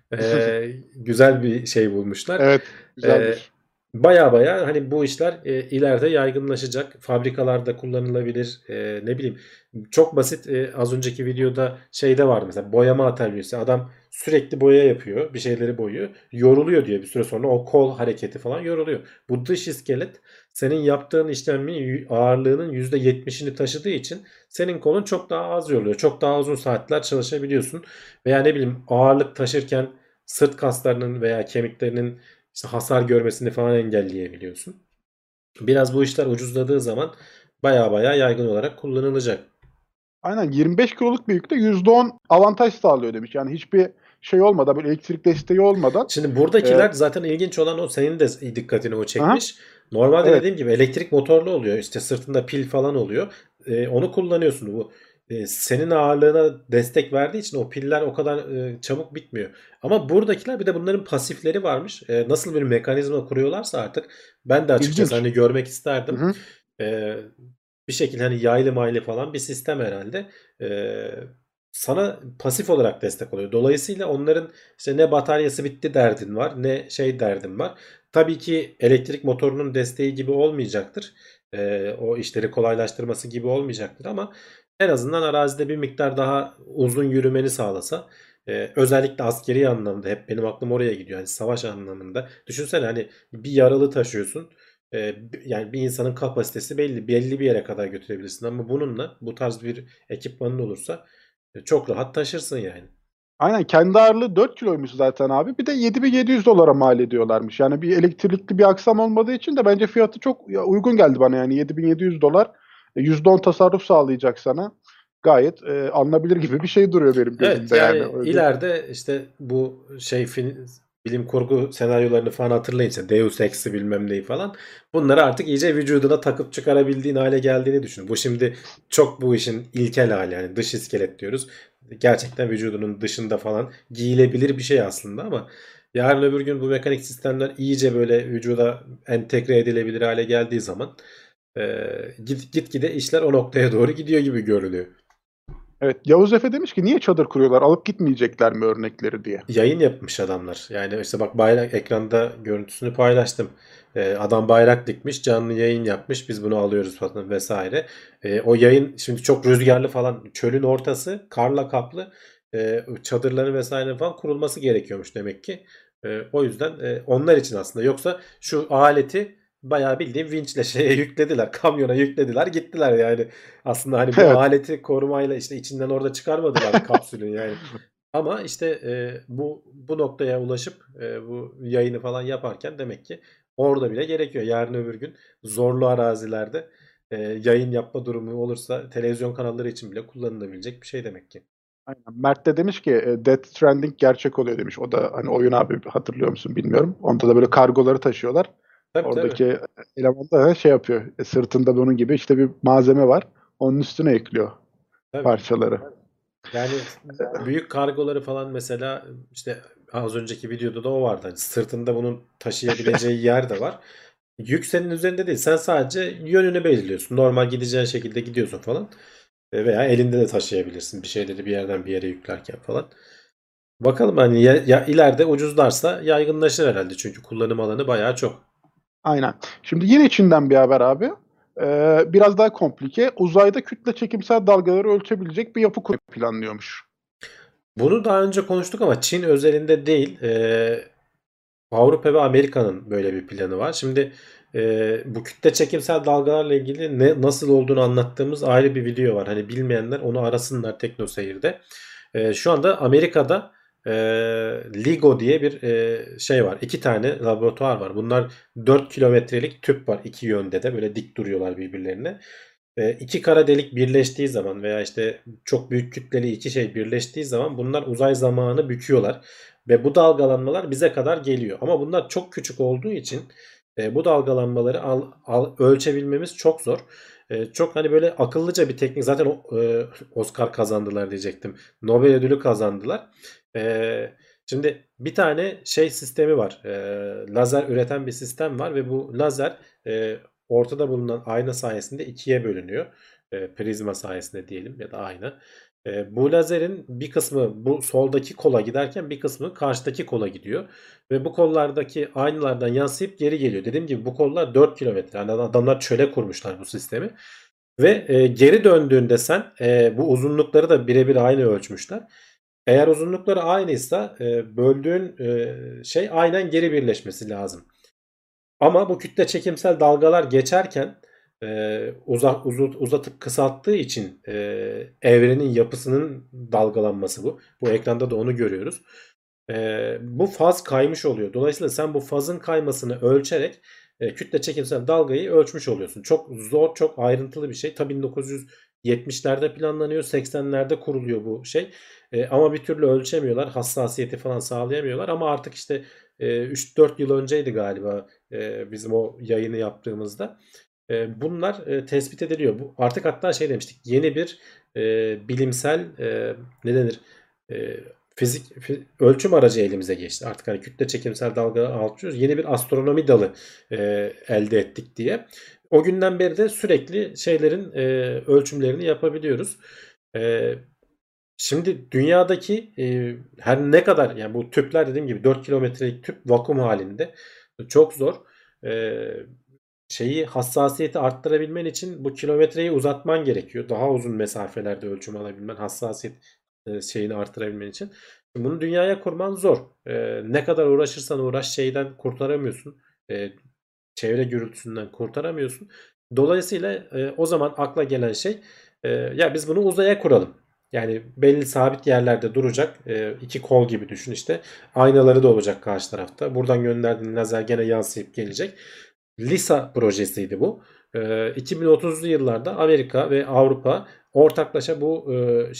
Güzel bir şey bulmuşlar. Evet, E, güzelmiş. Baya baya hani bu işler ileride yaygınlaşacak. Fabrikalarda kullanılabilir. Ne bileyim, çok basit, az önceki videoda şeyde vardı mesela, boyama atölyesi. Adam sürekli boya yapıyor. Bir şeyleri boyuyor. Yoruluyor diyor, bir süre sonra o kol hareketi falan yoruluyor. Bu dış iskelet senin yaptığın işlemin ağırlığının %70'ini taşıdığı için senin kolun çok daha az yoruluyor. Çok daha uzun saatler çalışabiliyorsun. Veya ne bileyim, ağırlık taşırken sırt kaslarının veya kemiklerinin işte hasar görmesini falan engelleyebiliyorsun. Biraz bu işler ucuzladığı zaman baya baya yaygın olarak kullanılacak. Aynen, 25 kiloluk bir yükte %10 avantaj sağlıyor demiş. Yani hiçbir şey olmadan, böyle elektrik desteği olmadan. Şimdi E, buradakiler zaten ilginç olan o, senin de dikkatini o aha, çekmiş. Normalde evet. dediğim gibi elektrik motorlu oluyor. İşte sırtında pil falan oluyor. Onu kullanıyorsun. Bu senin ağırlığına destek verdiği için o piller o kadar çabuk bitmiyor. Ama buradakiler bir de bunların pasifleri varmış. Nasıl bir mekanizma kuruyorlarsa artık, ben de açıkçası İlginç. hani görmek Hı isterdim. hı. E, Bir şekilde hani yaylı maylı falan bir sistem herhalde. E, Sana pasif olarak destek oluyor. Dolayısıyla onların işte ne bataryası bitti derdin var, ne şey derdin var. Tabii ki elektrik motorunun desteği gibi olmayacaktır. O işleri kolaylaştırması gibi olmayacaktır ama en azından arazide bir miktar daha uzun yürümeni sağlasa, özellikle askeri anlamda hep benim aklım oraya gidiyor. Yani savaş anlamında. Düşünsene hani bir yaralı taşıyorsun. Yani bir insanın kapasitesi belli bir yere kadar götürebilirsin ama bununla, bu tarz bir ekipmanın olursa çok rahat taşırsın yani. Aynen, kendi ağırlığı 4 kiloymuş zaten abi. Bir de 7.700 dolara mal ediyorlarmış. Yani bir elektrikli bir aksam olmadığı için de bence fiyatı çok uygun geldi bana. Yani 7.700 dolar %10 tasarruf sağlayacak sana. Gayet alınabilir gibi bir şey duruyor benim Evet, gözümde yani. yani Öyle. ileride işte bu şey bilim kurgu senaryolarını falan hatırlayın, işte Deus Ex'i bilmem neyi falan. Bunları artık iyice vücuduna takıp çıkarabildiğin hale geldiğini düşün. Bu şimdi çok bu işin ilkel hali, yani dış iskelet diyoruz. Gerçekten vücudunun dışında falan giyilebilir bir şey aslında ama yarın öbür gün bu mekanik sistemler iyice böyle vücuda entegre edilebilir hale geldiği zaman gitgide işler o noktaya doğru gidiyor gibi görünüyor. Evet, Yavuz Efe demiş ki niye çadır kuruyorlar? Alıp gitmeyecekler mi örnekleri diye. Yayın yapmış adamlar. Yani işte bak, bayrak ekranda görüntüsünü paylaştım. Adam bayrak dikmiş, canlı yayın yapmış. Biz bunu alıyoruz falan vesaire. O yayın şimdi çok rüzgarlı falan, çölün ortası, karla kaplı. Çadırların vesaire falan kurulması gerekiyormuş demek ki. O yüzden onlar için aslında. Yoksa şu aleti bayağı bildiğin vinçle şeye yüklediler. Kamyona yüklediler, gittiler yani. Aslında hani bu Evet. aleti korumayla işte içinden orada çıkarmadılar kapsülün yani. Ama işte bu noktaya ulaşıp bu yayını falan yaparken demek ki orada bile gerekiyor. Yarın öbür gün zorlu arazilerde yayın yapma durumu olursa televizyon kanalları için bile kullanılabilecek bir şey demek ki. Aynen. Mert de demiş ki Death Stranding gerçek oluyor demiş. O da hani oyun abi, hatırlıyor musun bilmiyorum. Onda da böyle kargoları taşıyorlar. Tabii tabii. Oradaki eleman da şey yapıyor. Sırtında bunun gibi işte bir malzeme var. Onun üstüne ekliyor Tabii. parçaları. Yani büyük kargoları falan mesela işte az önceki videoda da o vardı. Hani sırtında bunun taşıyabileceği yer de var. Yük senin üzerinde değil. Sen sadece yönünü belirliyorsun. Normal gideceğin şekilde gidiyorsun falan. Veya elinde de taşıyabilirsin bir şeyleri bir yerden bir yere yüklerken falan. Bakalım hani ya ileride ucuzlarsa yaygınlaşır herhalde. Çünkü kullanım alanı bayağı çok. Aynen. Şimdi yine Çin'den bir haber abi. Biraz daha komplike. Uzayda kütle çekimsel dalgaları ölçebilecek bir yapı kurmayı planlıyormuş. Bunu daha önce konuştuk ama Çin özelinde değil. Avrupa ve Amerika'nın böyle bir planı var. Şimdi bu kütle çekimsel dalgalarla ilgili nasıl olduğunu anlattığımız ayrı bir video var. Hani bilmeyenler onu arasınlar TeknoSeyir'de. Şu anda Amerika'da e, LIGO diye bir şey var. İki tane laboratuvar var. Bunlar 4 kilometrelik tüp var iki yönde de. Böyle dik duruyorlar birbirlerine. İki kara delik birleştiği zaman veya işte çok büyük kütleli iki şey birleştiği zaman bunlar uzay zamanı büküyorlar. Ve bu dalgalanmalar bize kadar geliyor. Ama bunlar çok küçük olduğu için bu dalgalanmaları ölçebilmemiz çok zor. Çok hani böyle akıllıca bir teknik. Zaten Oscar kazandılar diyecektim. Nobel ödülü kazandılar. Şimdi bir tane şey sistemi var. Lazer üreten bir sistem var ve bu lazer ortada bulunan ayna sayesinde ikiye bölünüyor. Prizma sayesinde diyelim ya da ayna. Bu lazerin bir kısmı bu soldaki kola giderken bir kısmı karşıdaki kola gidiyor. Ve bu kollardaki aynalardan yansıyıp geri geliyor. Dediğim gibi bu kollar 4 kilometre. Yani adamlar çöle kurmuşlar bu sistemi. Ve geri döndüğünde sen bu uzunlukları da birebir aynı ölçmüşler. Eğer uzunlukları aynıysa böldüğün şey aynen geri birleşmesi lazım. Ama bu kütle çekimsel dalgalar geçerken uzatıp kısalttığı için evrenin yapısının dalgalanması bu. Bu ekranda da onu görüyoruz. Bu faz kaymış oluyor. Dolayısıyla sen bu fazın kaymasını ölçerek kütle çekimsel dalgayı ölçmüş oluyorsun. Çok zor, çok ayrıntılı bir şey. Tabii 1970'lerde planlanıyor, 80'lerde kuruluyor bu şey. Ama bir türlü ölçemiyorlar. Hassasiyeti falan sağlayamıyorlar. Ama artık işte 3-4 yıl önceydi galiba bizim o yayını yaptığımızda. Bunlar tespit ediliyor. Bu artık hatta şey demiştik. Yeni bir bilimsel ne denir? E, ölçüm aracı elimize geçti. Artık hani kütle çekimsel dalga alçıyoruz. Yeni bir astronomi dalı elde ettik diye. O günden beri de sürekli şeylerin ölçümlerini yapabiliyoruz. E, Şimdi dünyadaki her ne kadar yani bu tüpler dediğim gibi 4 kilometrelik tüp vakum halinde çok zor. E, Şeyi hassasiyeti arttırabilmen için bu kilometreyi uzatman gerekiyor. Daha uzun mesafelerde ölçüm alabilmen, hassasiyet şeyini artırabilmen için. Bunu dünyaya kurman zor. Ne kadar uğraşırsan uğraş şeyden kurtaramıyorsun. E, Çevre gürültüsünden kurtaramıyorsun. Dolayısıyla o zaman akla gelen şey ya biz bunu uzaya kuralım. Yani belli sabit yerlerde duracak. İki kol gibi düşün işte. Aynaları da olacak karşı tarafta. Buradan gönderdiğin lazer gene yansıyıp gelecek. LISA projesiydi bu. 2030'lu yıllarda Amerika ve Avrupa ortaklaşa bu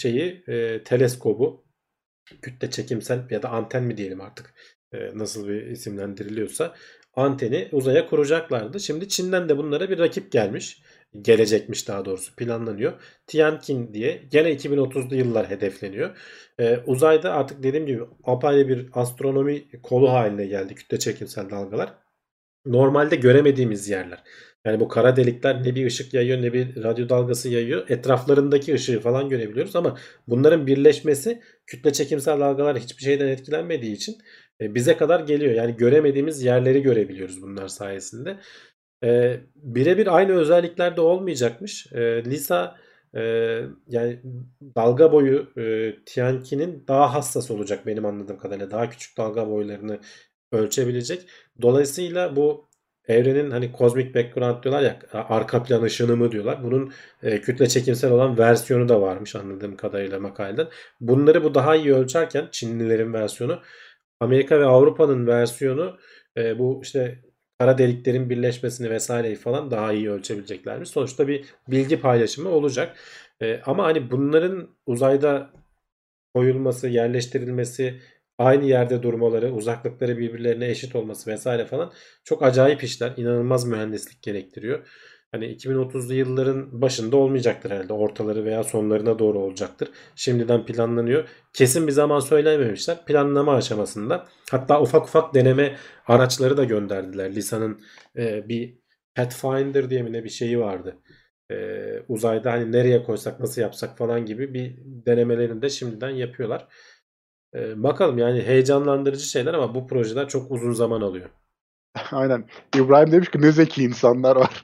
teleskobu kütle çekimsel ya da anten mi diyelim artık nasıl bir isimlendiriliyorsa anteni uzaya kuracaklardı. Şimdi Çin'den de bunlara bir rakip gelmiş. Gelecekmiş daha doğrusu planlanıyor. Tianqin diye gene 2030'lu yıllar hedefleniyor. Uzayda artık dediğim gibi apayrı bir astronomi kolu haline geldi kütle çekimsel dalgalar. Normalde göremediğimiz yerler. Yani bu kara delikler ne bir ışık yayıyor ne bir radyo dalgası yayıyor. Etraflarındaki ışığı falan görebiliyoruz ama bunların birleşmesi kütle çekimsel dalgalar hiçbir şeyden etkilenmediği için bize kadar geliyor. Yani göremediğimiz yerleri görebiliyoruz bunlar sayesinde. Birebir aynı özelliklerde olmayacakmış. LISA e, yani dalga boyu Tianqi'nin daha hassas olacak benim anladığım kadarıyla. Daha küçük dalga boylarını ölçebilecek. Dolayısıyla bu evrenin hani kozmik background diyorlar ya arka plan ışını mı diyorlar. Bunun kütle çekimsel olan versiyonu da varmış anladığım kadarıyla makaleden. Bunları bu daha iyi ölçerken Çinlilerin versiyonu Amerika ve Avrupa'nın versiyonu bu işte kara deliklerin birleşmesini vesaireyi falan daha iyi ölçebileceklermiş. Sonuçta bir bilgi paylaşımı olacak. Ama hani bunların uzayda koyulması, yerleştirilmesi aynı yerde durmaları, uzaklıkları birbirlerine eşit olması vesaire falan çok acayip işler. İnanılmaz mühendislik gerektiriyor. Hani 2030'lu yılların başında olmayacaktır herhalde. Ortaları veya sonlarına doğru olacaktır. Şimdiden planlanıyor. Kesin bir zaman söylememişler. Planlama aşamasında. Hatta ufak ufak deneme araçları da gönderdiler. LISA'nın bir Pathfinder diye mi ne bir şeyi vardı. Uzayda hani nereye koysak nasıl yapsak falan gibi bir denemelerini de şimdiden yapıyorlar. Bakalım yani heyecanlandırıcı şeyler ama bu projeler çok uzun zaman alıyor. Aynen. İbrahim demiş ki ne zeki insanlar var.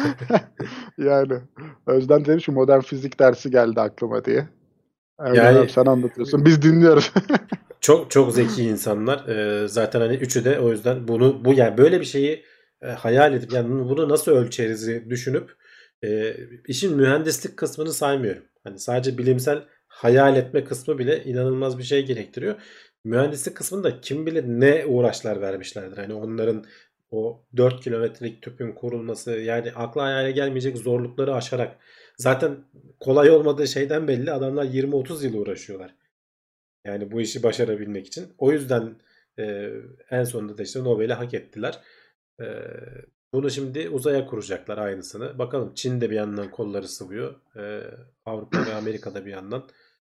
Yani Özlem demiş ki modern fizik dersi geldi aklıma diye. Ercan abi Yani sen anlatıyorsun. Biz dinliyoruz. çok çok zeki insanlar. Zaten hani üçü de o yüzden bu yani böyle bir şeyi hayal edip yani bunu nasıl ölçeriz düşünüp işin mühendislik kısmını saymıyorum. Hani sadece bilimsel hayal etme kısmı bile inanılmaz bir şey gerektiriyor. Mühendislik kısmında kim bilir ne uğraşlar vermişlerdir. Hani onların o 4 kilometrelik tüpün kurulması yani akla hayale gelmeyecek zorlukları aşarak zaten kolay olmadığı şeyden belli adamlar 20-30 yıl uğraşıyorlar. Yani bu işi başarabilmek için. O yüzden e, en sonunda da işte Nobel'i hak ettiler. E, Bunu şimdi uzaya kuracaklar aynısını. Bakalım Çin de bir yandan kolları sıvıyor. Avrupa ve Amerika'da bir yandan.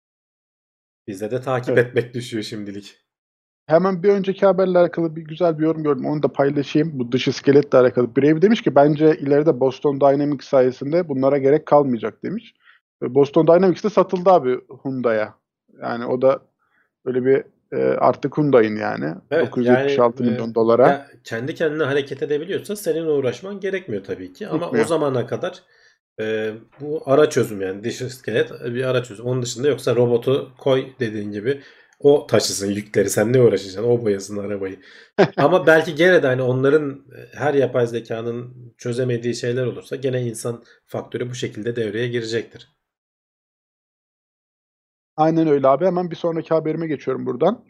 Bize de takip Evet. etmek düşüyor şimdilik. Hemen bir önceki haberle alakalı bir güzel bir yorum gördüm. Onu da paylaşayım. Bu dışı iskeletle alakalı. Brave demiş ki bence ileride Boston Dynamics sayesinde bunlara gerek kalmayacak demiş. Boston Dynamics de satıldı abi Hyundai'ya. Yani o da böyle bir artık Hyundai'nin yani Evet yani 976 milyon dolara ya kendi kendine hareket edebiliyorsa seninle uğraşman gerekmiyor tabii ki. Ama o gitmiyor. zamana kadar bu ara çözüm yani diş iskelet bir ara çözüm. Onun dışında yoksa robotu koy dediğin gibi o taşısın yükleri. Sen ne uğraşacaksın? O boyasın arabayı. Ama belki gene de hani onların her yapay zekanın çözemediği şeyler olursa gene insan faktörü bu şekilde devreye girecektir. Aynen öyle abi. Hemen bir sonraki haberime geçiyorum buradan.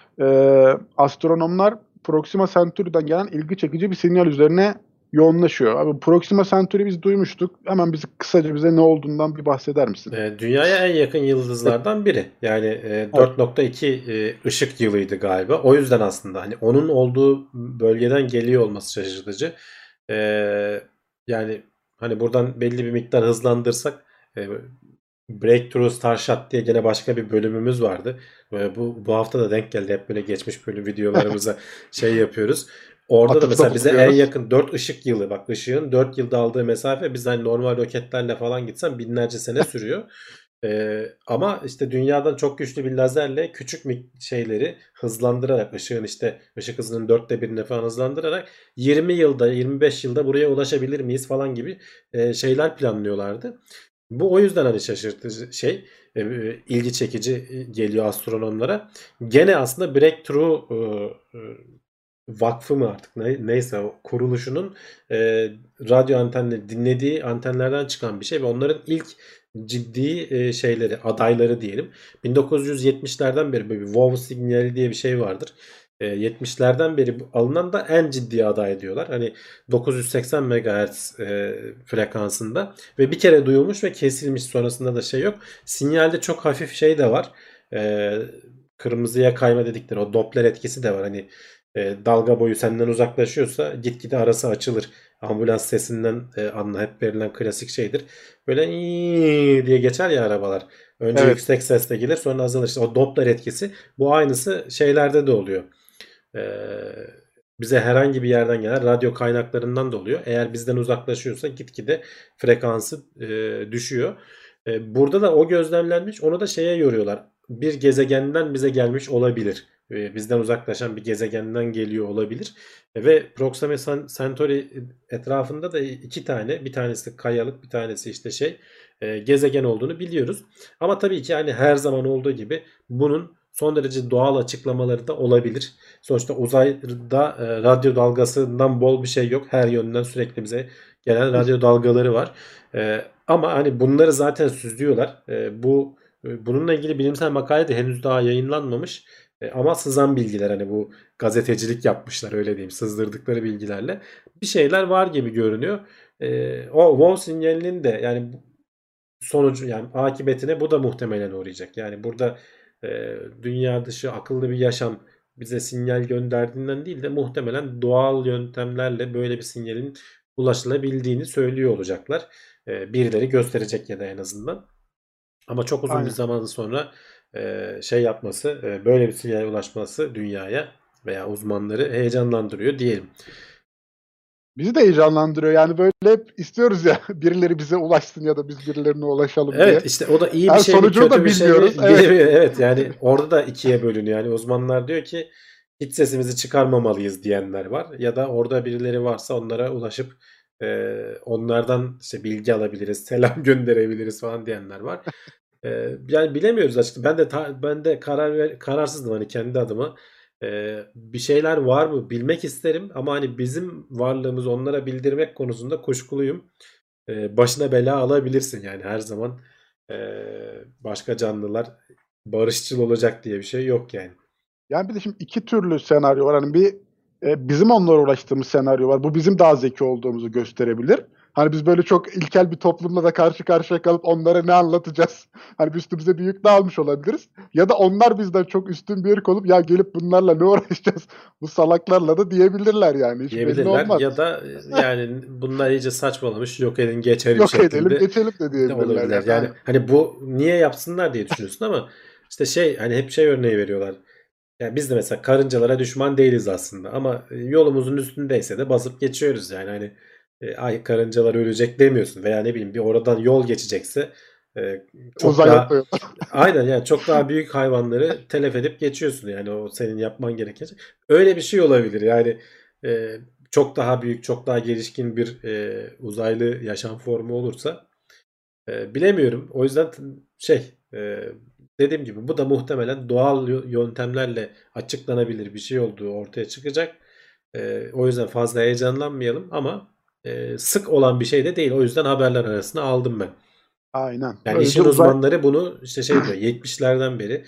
Astronomlar Proxima Centauri'den gelen ilgi çekici bir sinyal üzerine yoğunlaşıyor. Abi Proxima Centauri biz duymuştuk. Hemen kısaca bize ne olduğundan bir bahseder misin? Dünyaya en yakın yıldızlardan biri. Yani Evet. 4.2 ışık yılıydı galiba. O yüzden aslında hani onun olduğu bölgeden geliyor olması şaşırtıcı. E, Yani hani buradan belli bir miktar hızlandırsak Breakthrough Starshot diye gene başka bir bölümümüz vardı. Bu hafta da denk geldi. Hep böyle geçmiş bölüm videolarımıza şey yapıyoruz. Orada da Atıfta mesela bize en bulunuyoruz. yakın 4 ışık yılı. Bak ışığın 4 yılda aldığı mesafe biz hani normal roketlerle falan gitsen binlerce sene sürüyor. Ama işte dünyadan çok güçlü bir lazerle küçük şeyleri hızlandırarak ışığın işte ışık hızının 1/4'ine falan hızlandırarak 20 yılda 25 yılda buraya ulaşabilir miyiz falan gibi şeyler planlıyorlardı. Bu o yüzden hani şaşırtıcı şey, ilgi çekici geliyor astronomlara. Gene aslında Breakthrough vakfı mı artık neyse o kuruluşunun radyo antenleri dinlediği antenlerden çıkan bir şey ve onların ilk ciddi şeyleri adayları diyelim. 1970'lerden beri böyle bir wow sinyali diye bir şey vardır. 70'lerden beri alınan da en ciddi aday diyorlar. Hani 980 MHz frekansında ve bir kere duyulmuş ve kesilmiş sonrasında da şey yok. Sinyalde çok hafif şey de var. E, Kırmızıya kayma dedikleri o Doppler etkisi de var. Hani dalga boyu senden uzaklaşıyorsa gitgide arası açılır. Ambulans sesinden anla hep verilen klasik şeydir. Böyle "İyi" diye geçer ya arabalar. Önce Evet. yüksek sesle gelir sonra azalır. İşte o Doppler etkisi bu aynısı şeylerde de oluyor. E, Bize herhangi bir yerden gelen radyo kaynaklarından da oluyor. Eğer bizden uzaklaşıyorsa gitgide frekansı düşüyor. Burada da o gözlemlenmiş. Onu da şeye yoruyorlar. Bir gezegenden bize gelmiş olabilir. Bizden uzaklaşan bir gezegenden geliyor olabilir. Ve Proxima Centauri etrafında da iki tane, bir tanesi kayalık, bir tanesi işte gezegen olduğunu biliyoruz. Ama tabii ki hani her zaman olduğu gibi bunun son derece doğal açıklamaları da olabilir. Sonuçta uzayda radyo dalgasından bol bir şey yok. Her yönden sürekli bize gelen radyo dalgaları var. Ama hani bunları zaten süzüyorlar. Bununla ilgili bilimsel makale de henüz daha yayınlanmamış. Ama sızan bilgiler hani bu gazetecilik yapmışlar öyle diyeyim sızdırdıkları bilgilerle bir şeyler var gibi görünüyor. O Wow sinyalinin de yani sonucu yani akıbetine bu da muhtemelen uğrayacak. Yani burada dünya dışı akıllı bir yaşam bize sinyal gönderdiğinden değil de muhtemelen doğal yöntemlerle böyle bir sinyalin ulaşılabildiğini söylüyor olacaklar. Birileri gösterecek ya da en azından. Ama çok uzun bir Aynen. zaman sonra şey yapması, böyle bir sinyale ulaşması dünyaya veya uzmanları heyecanlandırıyor diyelim. Bizi de heyecanlandırıyor. Yani böyle hep istiyoruz ya birileri bize ulaşsın ya da biz birilerine ulaşalım diye. Evet, işte o da iyi bir Yani şey mi sonucunu kötü da bir şey mi bilmiyoruz. Evet. bilemiyor. Evet, yani orada da ikiye bölünüyor. Yani uzmanlar diyor ki hiç sesimizi çıkarmamalıyız diyenler var. Ya da orada birileri varsa onlara ulaşıp onlardan işte bilgi alabiliriz, selam gönderebiliriz falan diyenler var. Yani bilemiyoruz açıkçası. Ben de kararsızdım hani kendi adıma. Bir şeyler var mı bilmek isterim ama hani bizim varlığımızı onlara bildirmek konusunda kuşkuluyum. Başına bela alabilirsin yani her zaman başka canlılar barışçıl olacak diye bir şey yok yani. Yani bir de şimdi iki türlü senaryo var. Hani bir bizim onlara ulaştığımız senaryo var. Bu bizim daha zeki olduğumuzu gösterebilir. Hani biz böyle çok ilkel bir toplumla da karşı karşıya kalıp onlara ne anlatacağız? Hani biz üstümüze bir yük de almış olabiliriz. Ya da onlar bizden çok üstün bir ırk olup ya gelip bunlarla ne uğraşacağız? Bu salaklarla da diyebilirler yani. Hiç belli Diyebilirler olmaz. ya da yani bunlar iyice saçmalamış yok edin geçelim Yok edelim şeklinde geçelim de de diyebilirler olabilirler. yani. Yani Aynen. hani bu niye yapsınlar diye düşünüyorsun ama işte şey hani hep şey örneği veriyorlar. Yani biz de mesela karıncalara düşman değiliz aslında ama yolumuzun üstündeyse de basıp geçiyoruz yani hani ay karıncalar ölecek demiyorsun veya ne bileyim bir oradan yol geçecekse çok Uzaylı daha atlıyor. aynen yani çok daha büyük hayvanları telef edip geçiyorsun yani o senin yapman gereken şey. Öyle bir şey olabilir yani e, çok daha büyük çok daha gelişkin bir uzaylı yaşam formu olursa bilemiyorum. O yüzden şey dediğim gibi bu da muhtemelen doğal yöntemlerle açıklanabilir bir şey olduğu ortaya çıkacak. O yüzden fazla heyecanlanmayalım ama sık olan bir şey de değil. O yüzden haberler arasına aldım ben. Aynen. Yani Böylece işin uzay uzmanları bunu işte şey diyor 70'lerden beri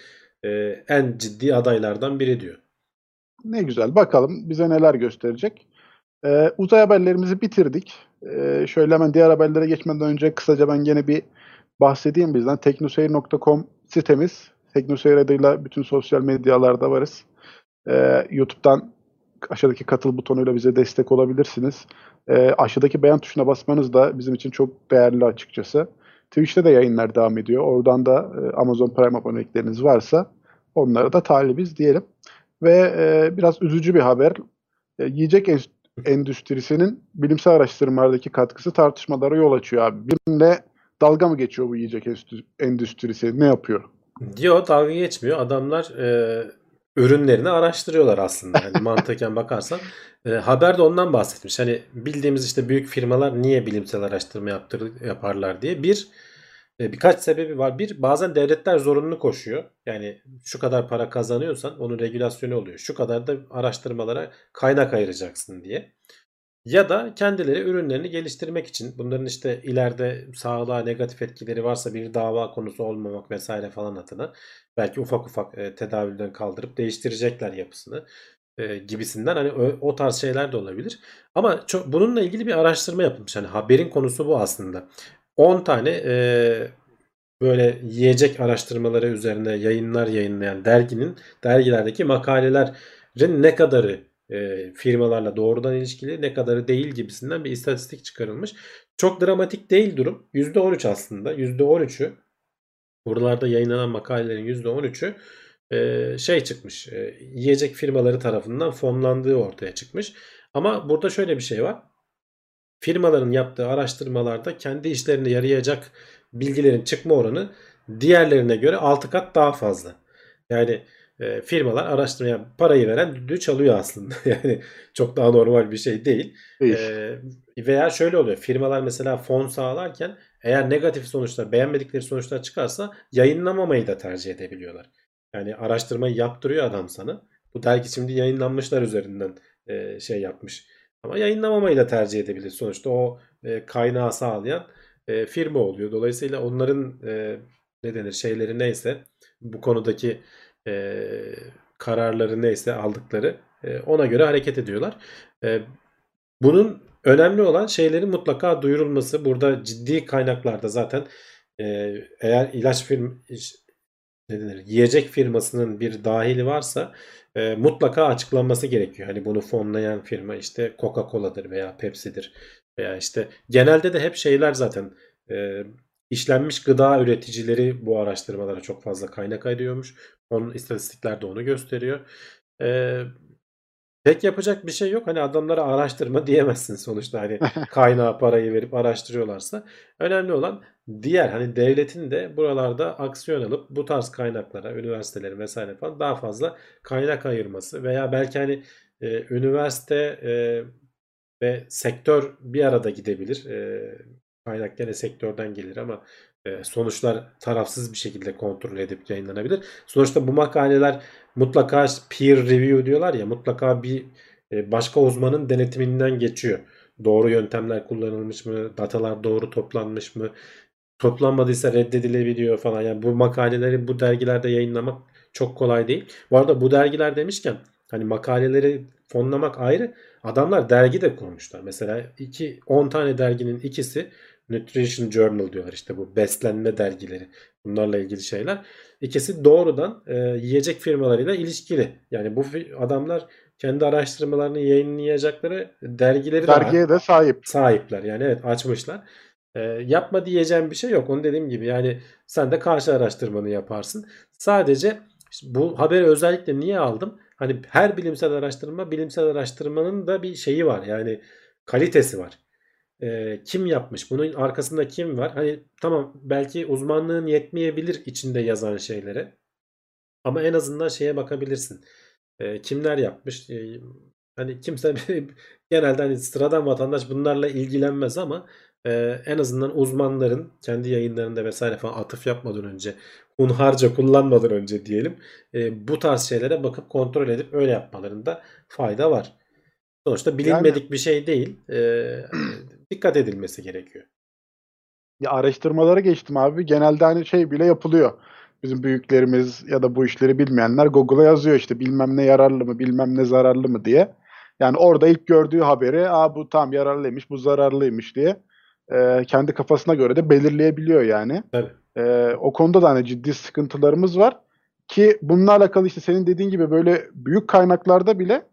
en ciddi adaylardan biri diyor. ne güzel. Bakalım bize neler gösterecek. Uzay haberlerimizi bitirdik. Şöyle hemen diğer haberlere geçmeden önce kısaca ben gene bir bahsedeyim bizden. teknoseyir.com sitemiz. Teknoseyir adıyla bütün sosyal medyalarda varız. YouTube'dan aşağıdaki katıl butonuyla bize destek olabilirsiniz. Aşağıdaki beğen tuşuna basmanız da bizim için çok değerli açıkçası. Twitch'te de yayınlar devam ediyor. Oradan da Amazon Prime abonelikleriniz varsa onlara da talibiz diyelim. Ve biraz üzücü bir haber. Yiyecek endüstrisinin bilimsel araştırmalardaki katkısı tartışmalara yol açıyor abi. Bilimle dalga mı geçiyor bu yiyecek endüstrisi? Ne yapıyor? Diyor dalga geçmiyor. Adamlar ürünlerini araştırıyorlar aslında. Hani mantıken bakarsan. Haber de ondan bahsetmiş. Hani bildiğimiz işte büyük firmalar niye bilimsel araştırma yaparlar diye. Birkaç sebebi var. Bir bazen devletler zorunlu koşuyor. Yani şu kadar para kazanıyorsan onun regülasyonu oluyor. Şu kadar da araştırmalara kaynak ayıracaksın diye. Ya da kendileri ürünlerini geliştirmek için bunların işte ileride sağlığa negatif etkileri varsa bir dava konusu olmamak vesaire falan adına belki ufak ufak tedavülden kaldırıp değiştirecekler yapısını gibisinden hani o tarz şeyler de olabilir. Ama bununla ilgili bir araştırma yapılmış. Hani haberin konusu bu aslında. 10 tane böyle yiyecek araştırmaları üzerine yayınlar yayınlayan dergilerdeki makalelerin ne kadarı firmalarla doğrudan ilişkili ne kadarı değil gibisinden bir istatistik çıkarılmış. Çok dramatik değil durum. %13 aslında. %13'ü buralarda yayınlanan makalelerin %13'ü şey çıkmış. Yiyecek firmaları tarafından fonlandığı ortaya çıkmış. Ama burada şöyle bir şey var. Firmaların yaptığı araştırmalarda kendi işlerine yarayacak bilgilerin çıkma oranı diğerlerine göre 6 kat daha fazla. Yani firmalar araştırmaya parayı veren düdüğü çalıyor aslında. Yani çok daha normal bir şey değil. Değil. E, Veya şöyle oluyor. Firmalar mesela fon sağlarken eğer negatif sonuçlar, beğenmedikleri sonuçlar çıkarsa yayınlamamayı da tercih edebiliyorlar. Yani araştırmayı yaptırıyor adam sana. Bu dergi şimdi yayınlanmışlar üzerinden şey yapmış. Ama yayınlamamayı da tercih edebilir. Sonuçta o kaynağı sağlayan firma oluyor. Dolayısıyla onların ne denir şeyleri neyse bu konudaki e, kararları neyse aldıkları ona göre hareket ediyorlar. E, Bunun önemli olan şeylerin mutlaka duyurulması. Burada ciddi kaynaklarda zaten eğer ilaç ne denir, yiyecek firmasının bir dahili varsa mutlaka açıklanması gerekiyor. Hani bunu fonlayan firma işte Coca-Cola'dır veya Pepsi'dir veya işte genelde de hep şeyler zaten işlenmiş gıda üreticileri bu araştırmalara çok fazla kaynak ayırıyormuş. Onun istatistikler de onu gösteriyor. E, Pek yapacak bir şey yok. Hani adamlara araştırma diyemezsin sonuçta. Hani kaynağı parayı verip araştırıyorlarsa. Önemli olan diğer hani devletin de buralarda aksiyon alıp bu tarz kaynaklara, üniversitelerin vesaire falan daha fazla kaynak ayırması veya belki hani üniversite ve sektör bir arada gidebilir. Kaynak gene sektörden gelir ama sonuçlar tarafsız bir şekilde kontrol edip yayınlanabilir. Sonuçta bu makaleler mutlaka peer review diyorlar ya, mutlaka bir başka uzmanın denetiminden geçiyor. Doğru yöntemler kullanılmış mı? Datalar doğru toplanmış mı? Toplanmadıysa reddedilebiliyor falan. Yani bu makaleleri bu dergilerde yayınlamak çok kolay değil. Bu arada bu dergiler demişken hani makaleleri fonlamak ayrı. Adamlar dergi de kurmuşlar. Mesela 10 tane derginin ikisi Nutrition Journal diyorlar, işte bu beslenme dergileri. Bunlarla ilgili şeyler. İkisi doğrudan yiyecek firmalarıyla ilişkili. Yani bu adamlar kendi araştırmalarını yayınlayacakları dergileri de Dergiye de sahip. sahipler. Yani evet, açmışlar. Yapma diyeceğim bir şey yok. Onu dediğim gibi yani sen de karşı araştırmanı yaparsın. Sadece işte bu haberi özellikle niye aldım? Hani her bilimsel araştırma, bilimsel araştırmanın da bir şeyi var. Yani kalitesi var. Kim yapmış? Bunun arkasında kim var? Hani tamam, belki uzmanlığın yetmeyebilir içinde yazan şeylere. Ama en azından şeye bakabilirsin. Kimler yapmış? Hani kimse genelde hani sıradan vatandaş bunlarla ilgilenmez ama en azından uzmanların kendi yayınlarında vesaire falan atıf yapmadan önce, hunharca kullanmadan önce diyelim, bu tarz şeylere bakıp kontrol edip öyle yapmalarında fayda var. Sonuçta Yani bilinmedik bir şey değil. Dikkat edilmesi gerekiyor. ya araştırmalara geçtim abi. Genelde hani şey bile yapılıyor. Bizim büyüklerimiz ya da bu işleri bilmeyenler Google'a yazıyor işte bilmem ne yararlı mı, bilmem ne zararlı mı diye. Yani orada ilk gördüğü haberi, bu tam yararlıymış, bu zararlıymış diye kendi kafasına göre de belirleyebiliyor yani. Tabii. O konuda da hani ciddi sıkıntılarımız var ki bununla alakalı işte senin dediğin gibi böyle büyük kaynaklarda bile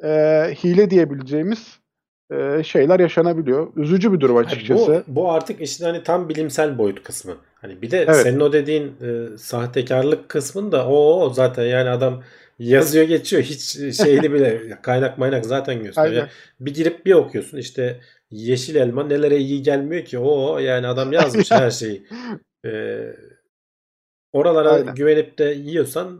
hile diyebileceğimiz şeyler yaşanabiliyor. Üzücü bir durum Hayır, bu açıkçası. bu artık işin hani tam bilimsel boyut kısmı. Hani bir de Evet. senin o dediğin sahtekarlık kısmında o zaten yani adam yazıyor geçiyor, hiç şeyli bile kaynak maynak zaten gösteriyor. Yani Aynen. bir girip bir okuyorsun işte yeşil elma nelere iyi gelmiyor ki, o yani adam yazmış her şeyi. E, Oralara Aynen. güvenip de yiyorsan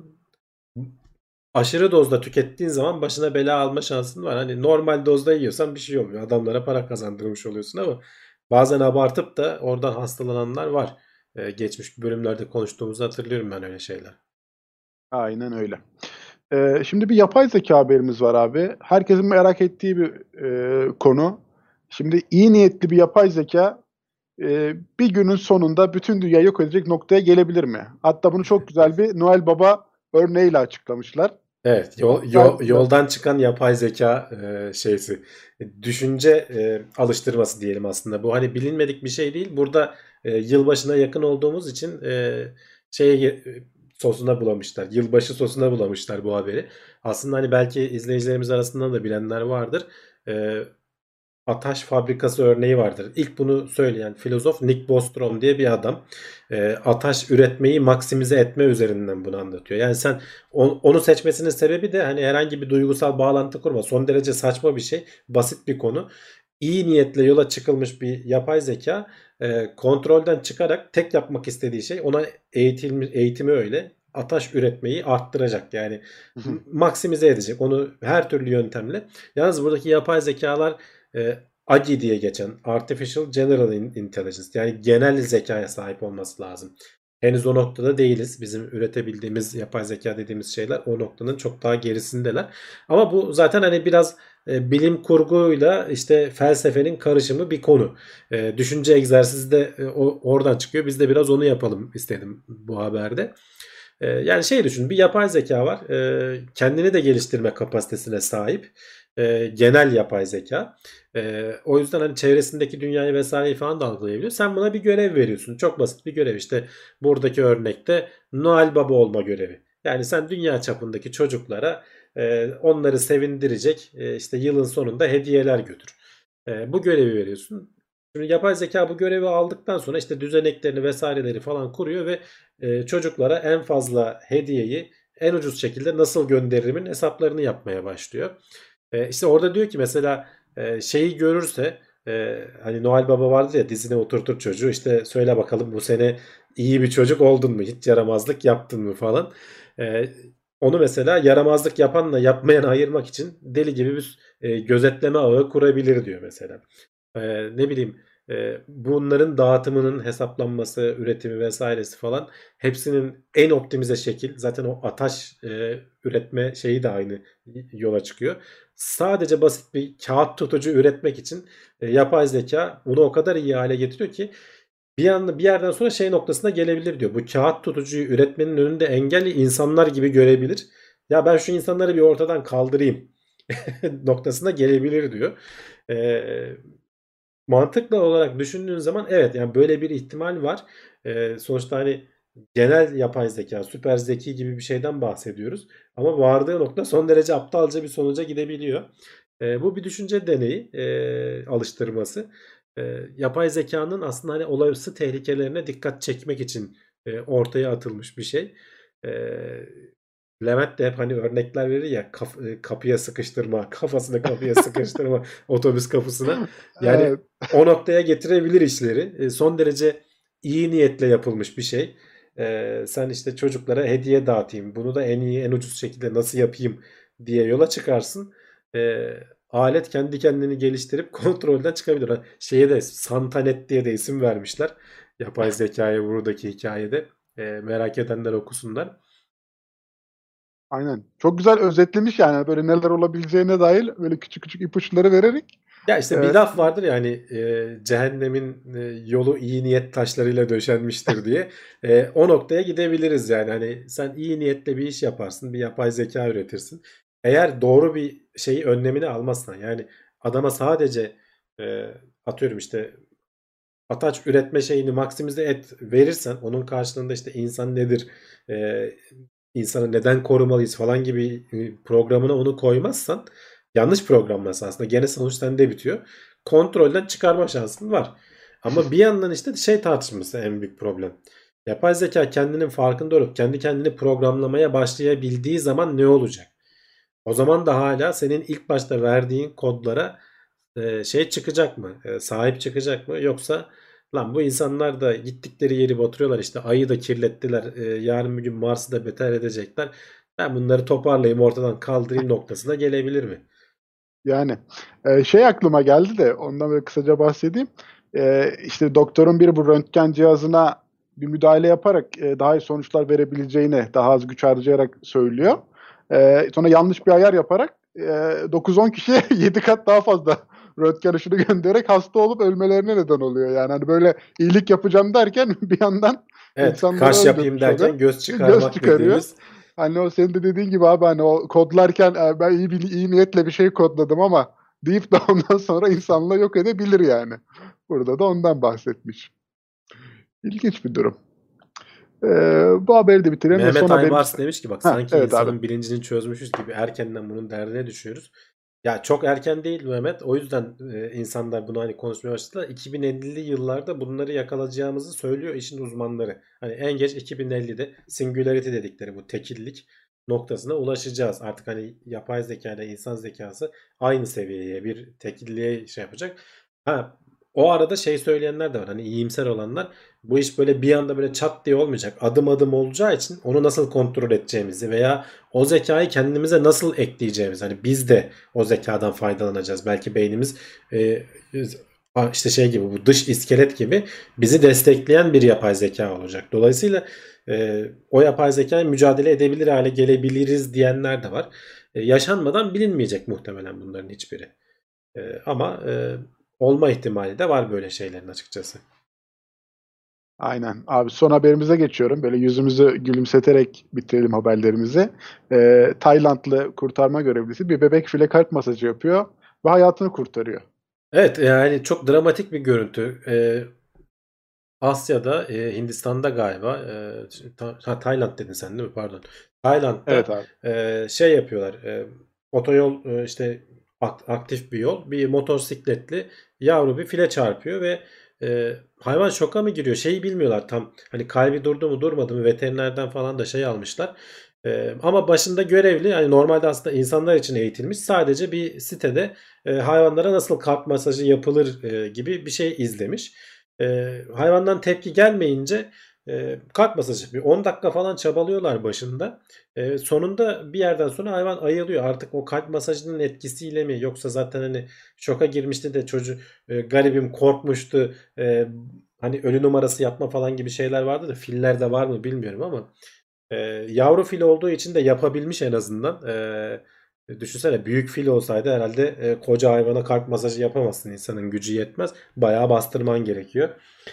aşırı dozda tükettiğin zaman başına bela alma şansın var. Hani normal dozda yiyorsan bir şey olmuyor. Adamlara para kazandırmış oluyorsun ama bazen abartıp da oradan hastalananlar var. Geçmiş bölümlerde konuştuğumuzu hatırlıyorum ben öyle şeyler. Aynen öyle. Şimdi bir yapay zeka haberimiz var abi. Herkesin merak ettiği bir konu. Şimdi iyi niyetli bir yapay zeka bir günün sonunda bütün dünyayı yok edecek noktaya gelebilir mi? Hatta bunu çok güzel bir Noel Baba örneğiyle açıklamışlar. Evet, Ben biraz yoldan çıkan yapay zeka şeysi. Düşünce alıştırması diyelim aslında. Bu hani bilinmedik bir şey değil. Burada yılbaşına yakın olduğumuz için şeye sosuna bulamışlar. Yılbaşı sosuna bulamışlar bu haberi. Aslında hani belki izleyicilerimiz arasından da bilenler vardır. E, Ataş fabrikası örneği vardır. İlk bunu söyleyen filozof Nick Bostrom diye bir adam. Ataş üretmeyi maksimize etme üzerinden bunu anlatıyor. Yani sen onu seçmesinin sebebi de hani herhangi bir duygusal bağlantı kurma. Son derece saçma bir şey. Basit bir konu. İyi niyetle yola çıkılmış bir yapay zeka kontrolden çıkarak tek yapmak istediği şey, ona eğitimi öyle. Ataş üretmeyi arttıracak. Yani maksimize edecek. Onu her türlü yöntemle. Yalnız buradaki yapay zekalar AGI diye geçen Artificial General Intelligence, yani genel zekaya sahip olması lazım. Henüz o noktada değiliz. Bizim üretebildiğimiz yapay zeka dediğimiz şeyler o noktanın çok daha gerisindeler. Ama bu zaten hani biraz bilim kurguyla işte felsefenin karışımı bir konu. Düşünce egzersizi de oradan çıkıyor. Biz de biraz onu yapalım istedim bu haberde. Yani şey düşün, bir yapay zeka var. Kendini de geliştirme kapasitesine sahip. genel yapay zeka. O yüzden hani çevresindeki dünyayı vesaireyi falan da algılayabiliyor. Sen buna bir görev veriyorsun. Çok basit bir görev. İşte buradaki örnekte Noel Baba olma görevi. Yani sen dünya çapındaki çocuklara onları sevindirecek işte yılın sonunda hediyeler götür. Bu görevi veriyorsun. Şimdi yapay zeka bu görevi aldıktan sonra işte düzeneklerini vesaireleri falan kuruyor ve çocuklara en fazla hediyeyi en ucuz şekilde nasıl gönderirimin hesaplarını yapmaya başlıyor. İşte orada diyor ki mesela şeyi görürse hani Noel Baba vardı ya, dizine oturtur çocuğu, işte söyle bakalım bu sene iyi bir çocuk oldun mu? Hiç yaramazlık yaptın mı falan. E, Onu mesela yaramazlık yapanla yapmayanı ayırmak için deli gibi bir gözetleme ağı kurabilir diyor mesela. Ne bileyim, bunların dağıtımının hesaplanması, üretimi vesairesi falan, hepsinin en optimize şekil, zaten o ataş üretme şeyi de aynı yola çıkıyor. Sadece basit bir kağıt tutucu üretmek için yapay zeka bunu o kadar iyi hale getiriyor ki bir yerden sonra şey noktasına gelebilir diyor. Bu kağıt tutucuyu üretmenin önünde engelli insanlar gibi görebilir. Ya ben şu insanları bir ortadan kaldırayım noktasına gelebilir diyor. E, Mantıklı olarak düşündüğün zaman evet, yani böyle bir ihtimal var. Sonuçta hani genel yapay zeka, süper zeki gibi bir şeyden bahsediyoruz. Ama vardığı nokta son derece aptalca bir sonuca gidebiliyor. Bu bir düşünce deneyi alıştırması. Yapay zekanın aslında hani olası tehlikelerine dikkat çekmek için ortaya atılmış bir şey. E, Levent de hep hani örnekler verir ya, kapıya sıkıştırma, kafasını kapıya sıkıştırma otobüs kapısına. Yani Evet. o noktaya getirebilir işleri. Son derece iyi niyetle yapılmış bir şey. Sen işte çocuklara hediye dağıtayım, bunu da en iyi, en ucuz şekilde nasıl yapayım diye yola çıkarsın. Alet kendi kendini geliştirip kontrolden çıkabilir. Şeye de Santanet diye de isim vermişler. Yapay zekaya buradaki hikayede. Merak edenler okusunlar. Aynen. Çok güzel özetlemiş yani böyle neler olabileceğine dair böyle küçük küçük ipuçları vererek. Ya işte bir Ee, laf vardır ya hani cehennemin yolu iyi niyet taşlarıyla döşenmiştir diye. O noktaya gidebiliriz yani. Hani sen iyi niyetle bir iş yaparsın, bir yapay zeka üretirsin. Eğer doğru bir şeyi önlemini almazsan, yani adama sadece e, atıyorum işte ataç üretme şeyini maksimize et verirsen, onun karşılığında işte insan nedir, e, insanı neden korumalıyız falan gibi programına onu koymazsan, yanlış programlarsan aslında gene sonuç sende bitiyor. Kontrolden çıkarma şansın var. Ama bir yandan işte şey tartışması en büyük problem. Yapay zeka kendinin farkında olup kendi kendini programlamaya başlayabildiği zaman ne olacak? O zaman da hala senin ilk başta verdiğin kodlara şey çıkacak mı? Sahip çıkacak mı? Yoksa lan bu insanlar da gittikleri yeri batırıyorlar, işte ayı da kirlettiler. Yarın bir gün Mars'ı da beter edecekler. Ben bunları toparlayayım, ortadan kaldırayım noktasına gelebilir mi? Yani şey aklıma geldi de ondan böyle kısaca bahsedeyim. İşte doktorun biri bu röntgen cihazına bir müdahale yaparak daha iyi sonuçlar verebileceğini daha az güç harcayarak söylüyor. Sonra yanlış bir ayar yaparak 9-10 kişiye 7 kat daha fazla röntgen ışını göndererek hasta olup ölmelerine neden oluyor. Yani hani böyle iyilik yapacağım derken bir yandan Evet, insanları kaş yapayım öldürmüş oluyor. derken göz Göz çıkarmak çıkarıyor. dediğimiz. Hani o senin de dediğin gibi abi hani o kodlarken ben iyi niyetle bir şey kodladım ama deyip de ondan sonra insanlığı yok edebilir yani. Burada da ondan bahsetmiş. İlginç bir durum. Bu haberi de bitirelim ve son Mehmet haberimiz. Aybars demiş ki bak, Ha, sanki evet abi. insanın bilincini çözmüşüz gibi erkenden bunun derdine düşüyoruz. Ya çok erken değil Mehmet. O yüzden insanlar bunu hani konuşmaya başladılar. 2050'li yıllarda bunları yakalayacağımızı söylüyor işin uzmanları. Hani en geç 2050'de singularity dedikleri bu tekillik noktasına ulaşacağız. Artık hani yapay zeka ile insan zekası aynı seviyeye, bir tekilliğe şey yapacak. Ha, o arada şey söyleyenler de var. Hani iyimser olanlar, bu iş böyle bir anda böyle çat diye olmayacak. Adım adım olacağı için onu nasıl kontrol edeceğimizi veya o zekayı kendimize nasıl ekleyeceğimiz, hani biz de o zekadan faydalanacağız. Belki beynimiz e, işte şey gibi, bu dış iskelet gibi bizi destekleyen bir yapay zeka olacak. Dolayısıyla o yapay zekayı mücadele edebilir hale gelebiliriz diyenler de var. Yaşanmadan bilinmeyecek muhtemelen bunların hiçbiri. Ama olma ihtimali de var böyle şeylerin açıkçası. Aynen. Abi son haberimize geçiyorum. Böyle yüzümüzü gülümseterek bitirelim haberlerimizi. Taylandlı kurtarma görevlisi bir bebek file kalp masajı yapıyor ve hayatını kurtarıyor. Evet, yani çok dramatik bir görüntü. Asya'da, Hindistan'da galiba, Tayland dedin sen değil mi? Pardon. Evet Tayland'da abi. şey yapıyorlar. Otoyol, işte aktif bir yol. Bir motosikletli yavru bir file çarpıyor ve hayvan şoka mı giriyor? Şeyi bilmiyorlar tam. Hani kalbi durdu mu durmadı mı? Veterinerden falan da şey almışlar. Ama başında görevli, yani normalde aslında insanlar için eğitilmiş. Sadece bir sitede hayvanlara nasıl kalp masajı yapılır gibi bir şey izlemiş. Hayvandan tepki gelmeyince kalp masajı yapıyor. 10 dakika falan çabalıyorlar başında. Sonunda bir yerden sonra hayvan ayılıyor. Artık o kalp masajının etkisiyle mi, yoksa zaten hani şoka girmişti de çocuk, garibim korkmuştu. Hani ölü numarası yapma falan gibi şeyler vardı da fillerde var mı bilmiyorum ama yavru fil olduğu için de yapabilmiş en azından. Düşünsene, büyük fil olsaydı herhalde koca hayvana kalp masajı yapamazsın. İnsanın gücü yetmez. Bayağı bastırman gerekiyor.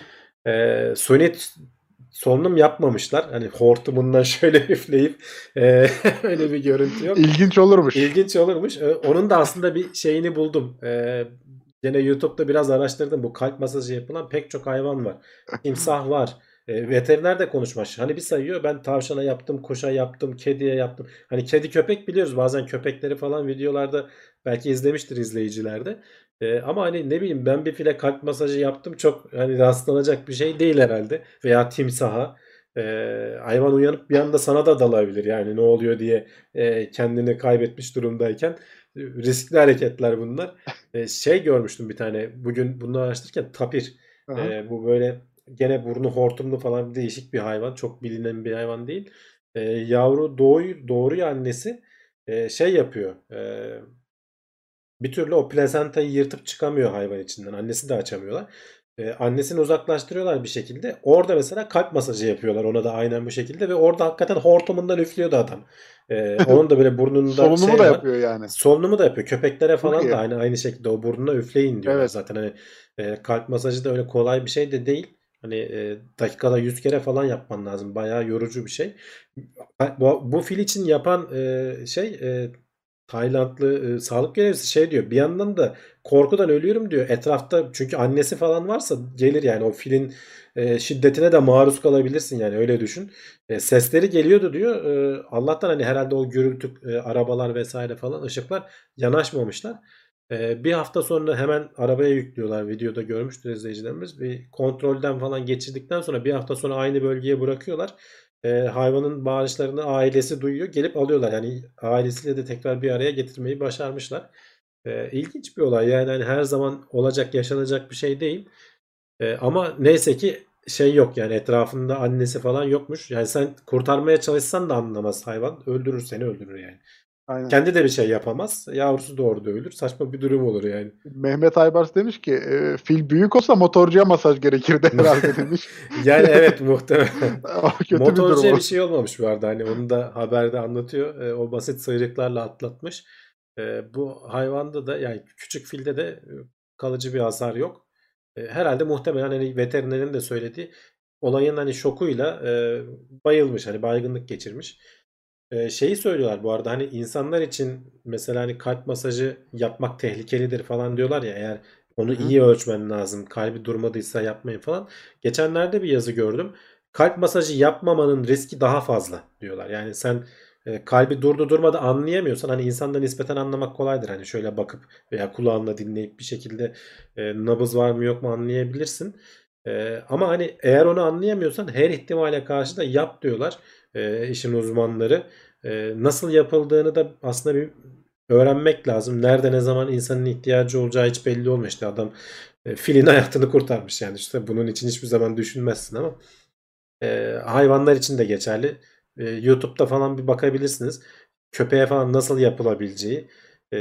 Suni solunum yapmamışlar. Hani hortumundan şöyle üfleyip öyle bir görüntü yok. İlginç olurmuş. İlginç olurmuş. Onun da aslında bir şeyini buldum. Gene YouTube'da biraz araştırdım. Bu kalp masajı yapılan pek çok hayvan var. Timsah var. Veteriner de konuşmuş. Hani bir sayıyor, ben tavşana yaptım, kuşa yaptım, kediye yaptım. Hani kedi köpek biliyoruz. Bazen köpekleri falan videolarda belki izlemiştir izleyiciler de. Ama hani ne bileyim, ben bir file kalp masajı yaptım. Çok hani rastlanacak bir şey değil herhalde. Veya timsaha. Hayvan uyanıp bir anda sana da dalabilir. Yani ne oluyor diye kendini kaybetmiş durumdayken riskli hareketler bunlar. Şey görmüştüm bir tane bugün bunu araştırırken, tapir. Aha. Bu böyle gene burnu hortumlu falan değişik bir hayvan. Çok bilinen bir hayvan değil. Yavru doğuruyor annesi. Şey yapıyor. Bir türlü o plasentayı yırtıp çıkamıyor hayvan içinden. Annesi de açamıyorlar. Annesini uzaklaştırıyorlar bir şekilde. Orada mesela kalp masajı yapıyorlar ona da aynen bu şekilde ve orada hakikaten hortumundan üflüyordu adam. Onun da böyle burnunda Solunumu da şey var. yapıyor yani. Solunumu da yapıyor. Köpeklere Çok falan da iyi. aynı şekilde o burnuna üfleyin diyorlar Evet. zaten. Hani kalp masajı da öyle kolay bir şey de değil. Hani dakikada 100 kere falan yapman lazım. Bayağı yorucu bir şey. Bu fil için yapan Taylandlı sağlık görevlisi şey diyor. Bir yandan da korkudan ölüyorum diyor. Etrafta çünkü annesi falan varsa gelir, yani o filin şiddetine de maruz kalabilirsin, yani öyle düşün. Sesleri geliyordu diyor. Allah'tan hani herhalde o gürültü, arabalar vesaire falan, ışıklar yanaşmamışlar. Bir hafta sonra hemen arabaya yüklüyorlar. Videoda görmüştür izleyicilerimiz. Bir kontrolden falan geçirdikten sonra bir hafta sonra aynı bölgeye bırakıyorlar. Hayvanın bağırışlarını ailesi duyuyor. Gelip alıyorlar. Yani ailesiyle de tekrar bir araya getirmeyi başarmışlar. İlginç bir olay. Yani hani her zaman olacak, yaşanacak bir şey değil. Ama neyse ki şey yok, yani etrafında annesi falan yokmuş. Yani sen kurtarmaya çalışsan da anlamaz hayvan. Öldürür seni, öldürür yani. Aynen. Kendi de bir şey yapamaz. Yavrusu da orada ölür. Saçma bir durum olur yani. Mehmet Aybars demiş ki fil büyük olsa motorcuya masaj gerekirdi herhalde demiş. Yani evet, muhtemelen. Kötü bir durum Motorcuya bir o. şey olmamış bu arada. Hani onu da haberde anlatıyor. O basit sıyrıklarla atlatmış. Bu hayvanda da, yani küçük filde de kalıcı bir hasar yok. Herhalde muhtemelen hani veterinerin de söylediği, olayın hani şokuyla bayılmış. Hani baygınlık geçirmiş. Şeyi söylüyorlar bu arada, hani insanlar için mesela hani kalp masajı yapmak tehlikelidir falan diyorlar ya, eğer onu Hı-hı. iyi ölçmen lazım, kalbi durmadıysa yapmayın falan. Geçenlerde bir yazı gördüm. Kalp masajı yapmamanın riski daha fazla diyorlar. Yani sen kalbi durdu durmadı anlayamıyorsan, hani insanda nispeten anlamak kolaydır. Hani şöyle bakıp veya kulağınla dinleyip bir şekilde nabız var mı yok mu anlayabilirsin. Ama hani eğer onu anlayamıyorsan her ihtimale karşı da yap diyorlar işin uzmanları. Nasıl yapıldığını da aslında bir öğrenmek lazım. Nerede ne zaman insanın ihtiyacı olacağı hiç belli olmuyor. İşte adam filin hayatını kurtarmış, yani işte bunun için hiçbir zaman düşünmezsin ama hayvanlar için de geçerli. YouTube'da falan bir bakabilirsiniz. Köpeğe falan nasıl yapılabileceği. E,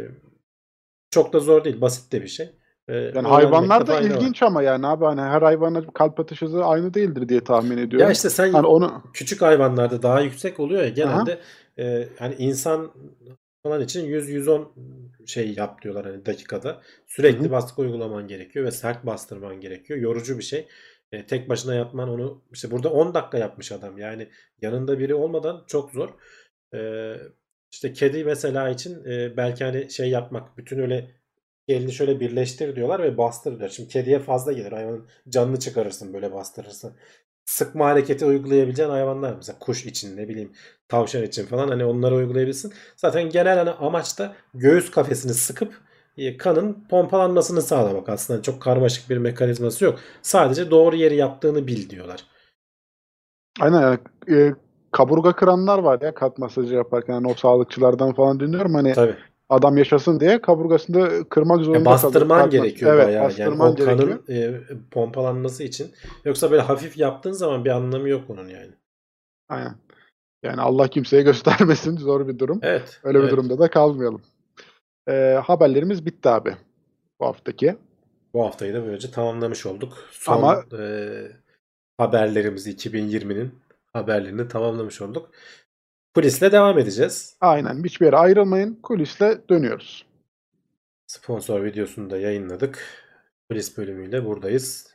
Çok da zor değil. Basit de bir şey. Yani Öğrenmekte hayvanlar da fayda var. ilginç ama yani abi hani her hayvanın kalp atış hızı aynı değildir diye tahmin Ya ediyorum. işte sen Hani onu küçük hayvanlarda daha yüksek oluyor ya aha, genelde, hani insan falan için 100-110 şey yap diyorlar hani dakikada. hı Sürekli hı, baskı uygulaman gerekiyor ve sert bastırman gerekiyor. Yorucu bir şey. Tek başına yapman onu işte burada 10 dakika yapmış adam. Yani yanında biri olmadan çok zor. E, işte kedi mesela için belki hani şey yapmak, bütün öyle elini şöyle birleştir diyorlar ve bastır diyor. Şimdi kediye fazla gelir. Hayvanın canını çıkarırsın böyle bastırırsın. Sıkma hareketi uygulayabileceğin hayvanlar, mesela kuş için, ne bileyim tavşan için falan, hani onları uygulayabilirsin. Zaten genel hani amaç da göğüs kafesini sıkıp kanın pompalanmasını sağlamak. Aslında çok karmaşık bir mekanizması yok. Sadece doğru yeri yaptığını bil diyorlar. Aynen yani, kaburga kıranlar var ya kalp masajı yaparken. Yani o sağlıkçılardan falan dinliyorum. Hani Tabii. adam yaşasın diye kaburgasını kırmak zorunda kalıyor. Bastırman gerekiyor Evet, bayağı. Yani bastırman o gerekiyor. kanın pompalanması için. Yoksa böyle hafif yaptığın zaman bir anlamı yok onun yani. Aynen. Yani Allah kimseye göstermesin. Zor bir durum. Evet. Öyle bir Evet. durumda da kalmayalım. Haberlerimiz bitti abi bu haftaki. Bu haftayı da böylece tamamlamış olduk. Ama Son haberlerimizi, 2020'nin haberlerini tamamlamış olduk. Kulisle devam edeceğiz. aynen hiçbir yere ayrılmayın. Kulisle dönüyoruz. Sponsor videosunu da yayınladık. Kulis bölümüyle buradayız.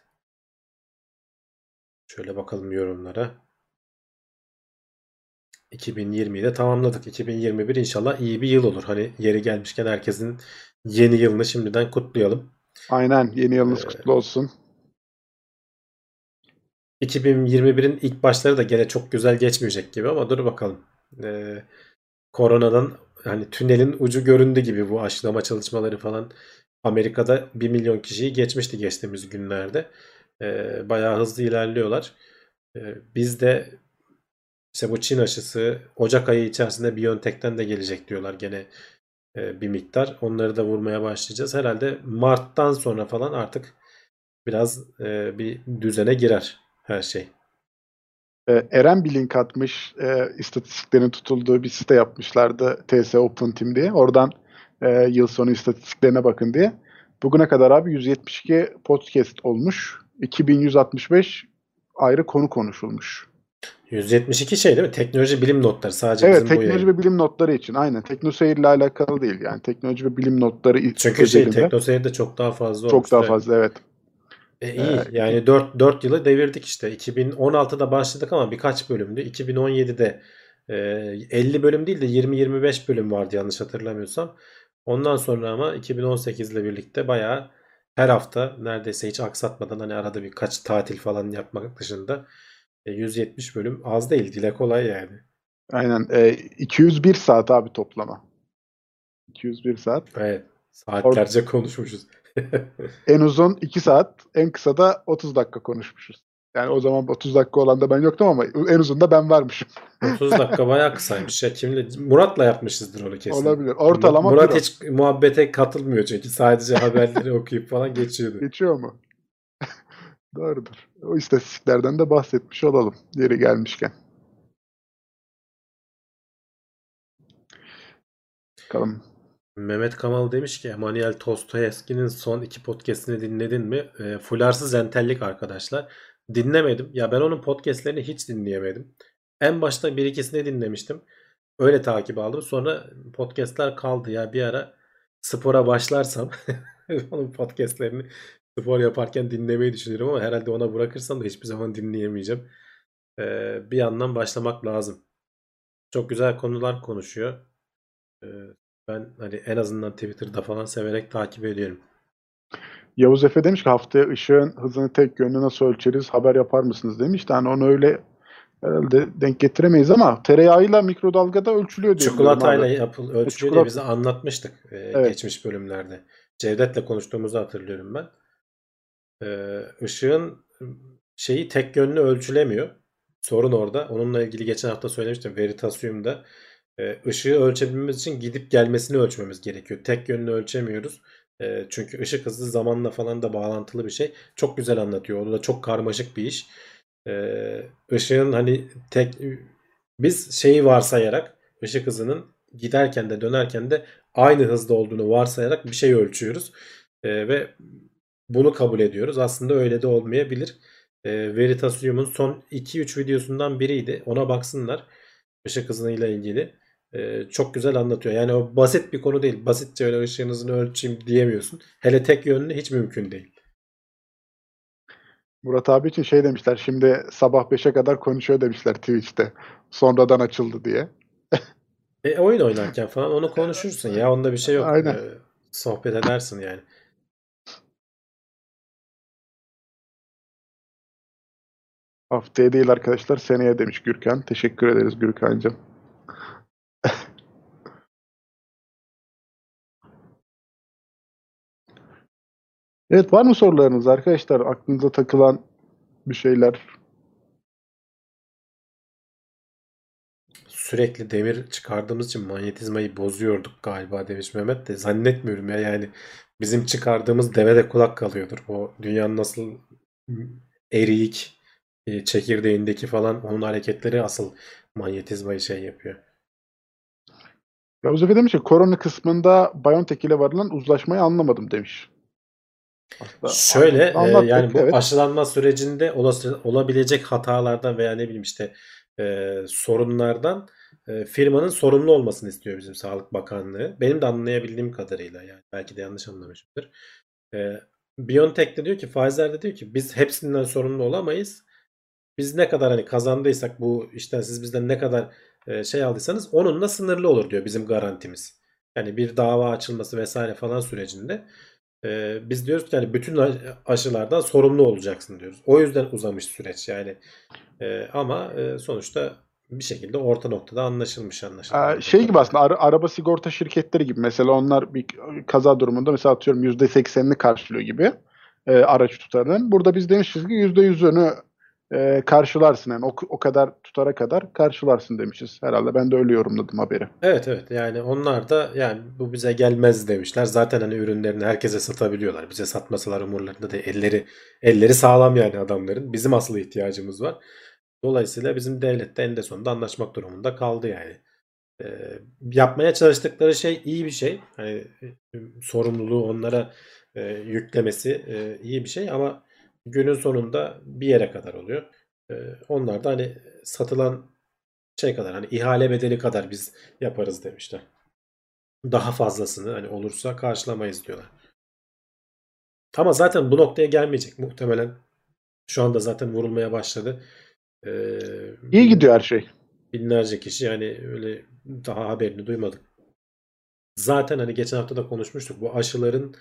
Şöyle bakalım yorumlara. 2020'yi de tamamladık. 2021 inşallah iyi bir yıl olur. Hani yeri gelmişken herkesin yeni yılını şimdiden kutlayalım. Aynen. Yeni yılınız Ee, kutlu olsun. 2021'in ilk başları da gene çok güzel geçmeyecek gibi ama dur bakalım. Koronadan hani tünelin ucu göründü gibi, bu aşılama çalışmaları falan. Amerika'da 1 milyon kişiyi geçmişti geçtiğimiz günlerde. Bayağı hızlı ilerliyorlar. Bizde işte bu Çin aşısı Ocak ayı içerisinde BioNTech'ten de gelecek diyorlar gene bir miktar. Onları da vurmaya başlayacağız. Herhalde Mart'tan sonra falan artık biraz bir düzene girer her şey. Eren bir link atmış. İstatistiklerin tutulduğu bir site yapmışlardı. TS Open Team diye. Oradan yıl sonu istatistiklerine bakın diye. Bugüne kadar abi 172 podcast olmuş. 2165 ayrı konu konuşulmuş. 172 şey değil mi? Teknoloji bilim notları, sadece Evet, bizim bu teknoloji yayın. ve bilim notları için. Aynen. TeknoSeyir ile alakalı değil. Yani teknoloji ve bilim notları Çünkü şey, özelinde TeknoSeyir'de çok daha fazla çok daha olmuştur. Evet. fazla, evet. İyi İki, yani dört yılı devirdik işte. 2016'da başladık ama birkaç bölümdü. 2017'de 50 bölüm değil de 20-25 bölüm vardı yanlış hatırlamıyorsam. Ondan sonra ama 2018 ile birlikte bayağı her hafta neredeyse hiç aksatmadan, hani arada birkaç tatil falan yapmak dışında 170 bölüm az değil, dile kolay yani. aynen. 201 saat abi toplama. 201 saat. Evet, Or saatlerce konuşmuşuz. En uzun 2 saat, en kısa da 30 dakika konuşmuşuz. Yani o zaman 30 dakika olan da ben yoktum ama en uzun da ben varmışım. 30 dakika bayağı kısaymış ya. Kimle? Murat'la yapmışızdır onu kesin. Olabilir. Ortalama bir Murat o. hiç muhabbete katılmıyor çünkü sadece haberleri okuyup falan geçiyordu. Geçiyor mu? Doğrudur. O istatistiklerden de bahsetmiş olalım yeri gelmişken. Bakalım. Mehmet Kamal demiş ki Emanuel Tostoyevski'nin son 2 podcast'ini dinledin mi? Fularsız entellik arkadaşlar. Dinlemedim. Ya ben onun podcast'lerini hiç dinleyemedim. En başta bir ikisini dinlemiştim. Öyle takip aldım. Sonra podcast'ler kaldı ya. Bir ara spora başlarsam onun podcast'lerini spor yaparken dinlemeyi düşünüyorum ama herhalde ona bırakırsam da hiçbir zaman dinleyemeyeceğim. Bir yandan başlamak lazım. Çok güzel konular konuşuyor. Ee, Ben hani en azından Twitter'da falan severek takip ediyorum. Yavuz Efe demiş ki haftaya ışığın hızını tek yönlü nasıl ölçeriz haber yapar mısınız demiş. Yani onu öyle herhalde denk getiremeyiz ama tereyağıyla mikrodalgada ölçülüyor diye biliyorum Çikolatayla abi. ölçülüyor diye bize Çikolata. anlatmıştık Evet. geçmiş bölümlerde. Cevdet'le konuştuğumuzu hatırlıyorum ben. Işığın şeyi tek yönlü ölçülemiyor. Sorun orada. Onunla ilgili geçen hafta söylemiştim. Veritasium'da ışığı ölçebilmemiz için gidip gelmesini ölçmemiz gerekiyor. Tek yönlü ölçemiyoruz. Çünkü ışık hızı zamanla falan da bağlantılı bir şey. Çok güzel anlatıyor. O da çok karmaşık bir iş. Işığın hani biz şeyi varsayarak, ışık hızının giderken de dönerken de aynı hızda olduğunu varsayarak bir şey ölçüyoruz. Ve bunu kabul ediyoruz. Aslında öyle de olmayabilir. Veritasium'un son 2-3 videosundan biriydi. Ona baksınlar. Işık hızıyla ilgili. Çok güzel anlatıyor. Yani o basit bir konu değil. Basitçe öyle ışığın hızını ölçeyim diyemiyorsun. Hele tek yönlü hiç mümkün değil. Murat abi için şey demişler. Şimdi sabah 5'e kadar konuşuyor demişler Twitch'te. Sonradan açıldı diye. Oyun oynarken falan onu konuşursun ya. Onda bir şey yok. Aynen. Sohbet edersin yani. Haftaya değil arkadaşlar, seneye demiş Gürkan. Teşekkür ederiz Gürkan'cığım. Evet, var mı sorularınız arkadaşlar? Aklınıza takılan bir şeyler? Sürekli demir çıkardığımız için manyetizmayı bozuyorduk galiba demiş Mehmet de. Zannetmiyorum ya, yani bizim çıkardığımız deve de kulak kalıyordur. O dünyanın nasıl eriyik çekirdeğindeki falan onun hareketleri asıl manyetizmayı şey yapıyor. Yavuz Efe demiş ki korona kısmında BioNTech ile varılan uzlaşmayı anlamadım demiş. Aslında Şöyle yani anlattık, bu evet. aşılanma sürecinde olabilecek hatalardan veya ne bileyim işte sorunlardan firmanın sorumlu olmasını istiyor bizim Sağlık Bakanlığı. Benim de anlayabildiğim kadarıyla, yani belki de yanlış anlamışımdır. E, BioNTech de diyor ki, Pfizer de diyor ki biz hepsinden sorumlu olamayız. Biz ne kadar hani kazandıysak bu işten, siz bizden ne kadar şey aldıysanız onunla sınırlı olur diyor bizim garantimiz. Yani bir dava açılması vesaire falan sürecinde biz diyoruz ki yani bütün aşılardan sorumlu olacaksın diyoruz. O yüzden uzamış süreç yani. Ama sonuçta bir şekilde orta noktada anlaşılmış, anlaşılan anladığım Şey gibi kadarıyla. aslında araba sigorta şirketleri gibi. Mesela onlar bir kaza durumunda mesela atıyorum %80'ini karşılıyor gibi araç tutarının. Burada biz demişiz ki %100'ünü karşılarsın. Yani o kadar tutara kadar karşılarsın demişiz. Herhalde ben de öyle yorumladım haberi. Evet, evet, yani onlar da yani bu bize gelmez demişler. Zaten hani ürünlerini herkese satabiliyorlar. Bize satmasalar umurlarında değil. Elleri sağlam yani adamların. Bizim asıl ihtiyacımız var. Dolayısıyla bizim devlet de eninde sonunda anlaşmak durumunda kaldı yani. Yapmaya çalıştıkları şey iyi bir şey. Hani sorumluluğu onlara yüklemesi iyi bir şey ama günün sonunda bir yere kadar oluyor. E, Onlar da hani satılan şey kadar, hani ihale bedeli kadar biz yaparız demişler. Daha fazlasını hani olursa karşılamayız diyorlar. Ama zaten bu noktaya gelmeyecek muhtemelen. Şu anda zaten vurulmaya başladı. İyi gidiyor her şey. Binlerce kişi, yani öyle daha haberini duymadık. Zaten hani geçen hafta da konuşmuştuk. Bu aşıların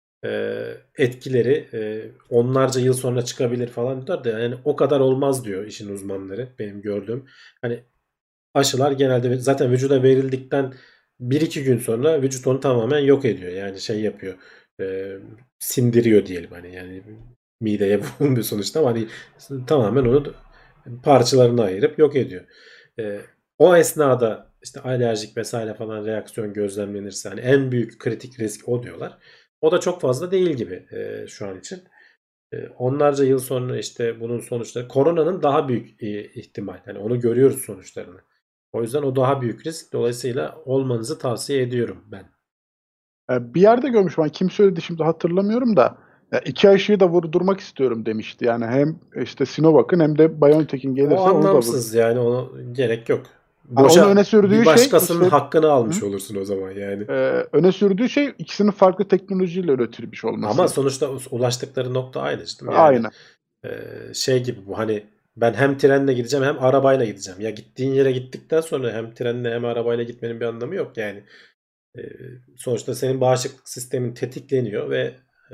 etkileri onlarca yıl sonra çıkabilir falan diyorlar da, yani o kadar olmaz diyor işin uzmanları benim gördüğüm. Hani aşılar genelde zaten vücuda verildikten bir iki gün sonra vücut onu tamamen yok ediyor. Yani şey yapıyor. e, Sindiriyor diyelim, hani yani mideye vurulmuyor sonuçta ama hani tamamen onu parçalarına ayırıp yok ediyor. O esnada işte alerjik vesaire falan reaksiyon gözlemlenirse hani en büyük kritik risk o diyorlar. O da çok fazla değil gibi şu an için. Onlarca yıl sonra işte bunun sonuçları, koronanın daha büyük ihtimal. Yani onu görüyoruz sonuçlarını. O yüzden o daha büyük risk. Dolayısıyla olmanızı tavsiye ediyorum ben. Bir yerde görmüşüm. Kim söyledi şimdi hatırlamıyorum da. İki aşıyı da vurdurmak istiyorum demişti. Yani hem işte Sinovac'ın hem de BioNTech'in O gelirse onu da vur. anlamsız, yani ona gerek yok. Onu öne Boşa bir sürdüğü şey başkasının işte, hakkını hı? almış olursun o zaman yani. Öne sürdüğü şey ikisinin farklı teknolojiyle üretilmiş Ama olması. sonuçta ulaştıkları nokta aynı canım. Yani Aynen. şey gibi bu, hani ben hem trenle gideceğim hem arabayla gideceğim. Ya gittiğin yere gittikten sonra hem trenle hem arabayla gitmenin bir anlamı yok yani. E, Sonuçta senin bağışıklık sistemin tetikleniyor ve e,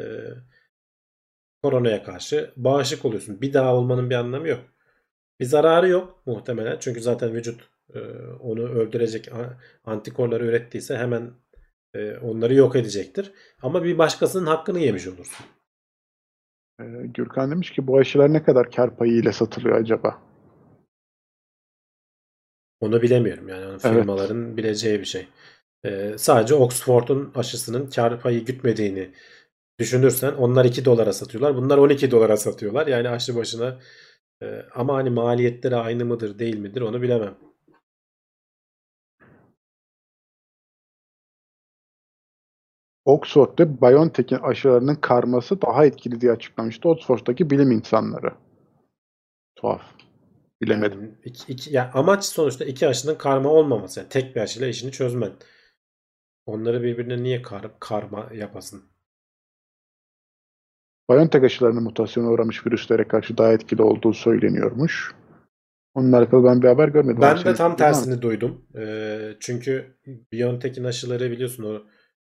koronaya karşı bağışık oluyorsun. Bir daha olmanın bir anlamı yok. Bir zararı yok muhtemelen. Çünkü zaten vücut onu öldürecek antikorları ürettiyse hemen onları yok edecektir. Ama bir başkasının hakkını yemiş olursun. Gürkan demiş ki bu aşılar ne kadar kar payı ile satılıyor acaba? Onu bilemiyorum, yani onu Evet. firmaların bileceği bir şey. Sadece Oxford'un aşısının kar payı gütmediğini düşünürsen, onlar 2 dolara satıyorlar. Bunlar 12 dolara satıyorlar. Yani aşı başına ama hani maliyetleri aynı mıdır değil midir onu bilemem. Oxford'da BioNTech'in aşılarının karması daha etkili diye açıklamıştı Oxford'daki bilim insanları. Tuhaf. Bilemedim. Yani ya amaç sonuçta iki aşının karma olmaması. Yani tek bir aşıyla işini çözmen. Onları birbirine niye karma yapasın? BioNTech aşılarının mutasyona uğramış virüslere karşı daha etkili olduğu söyleniyormuş. Onunla alakalı ben bir haber görmedim. Ben Abi de senin tam bilgin var mı? tersini duydum. Çünkü BioNTech'in aşıları biliyorsun o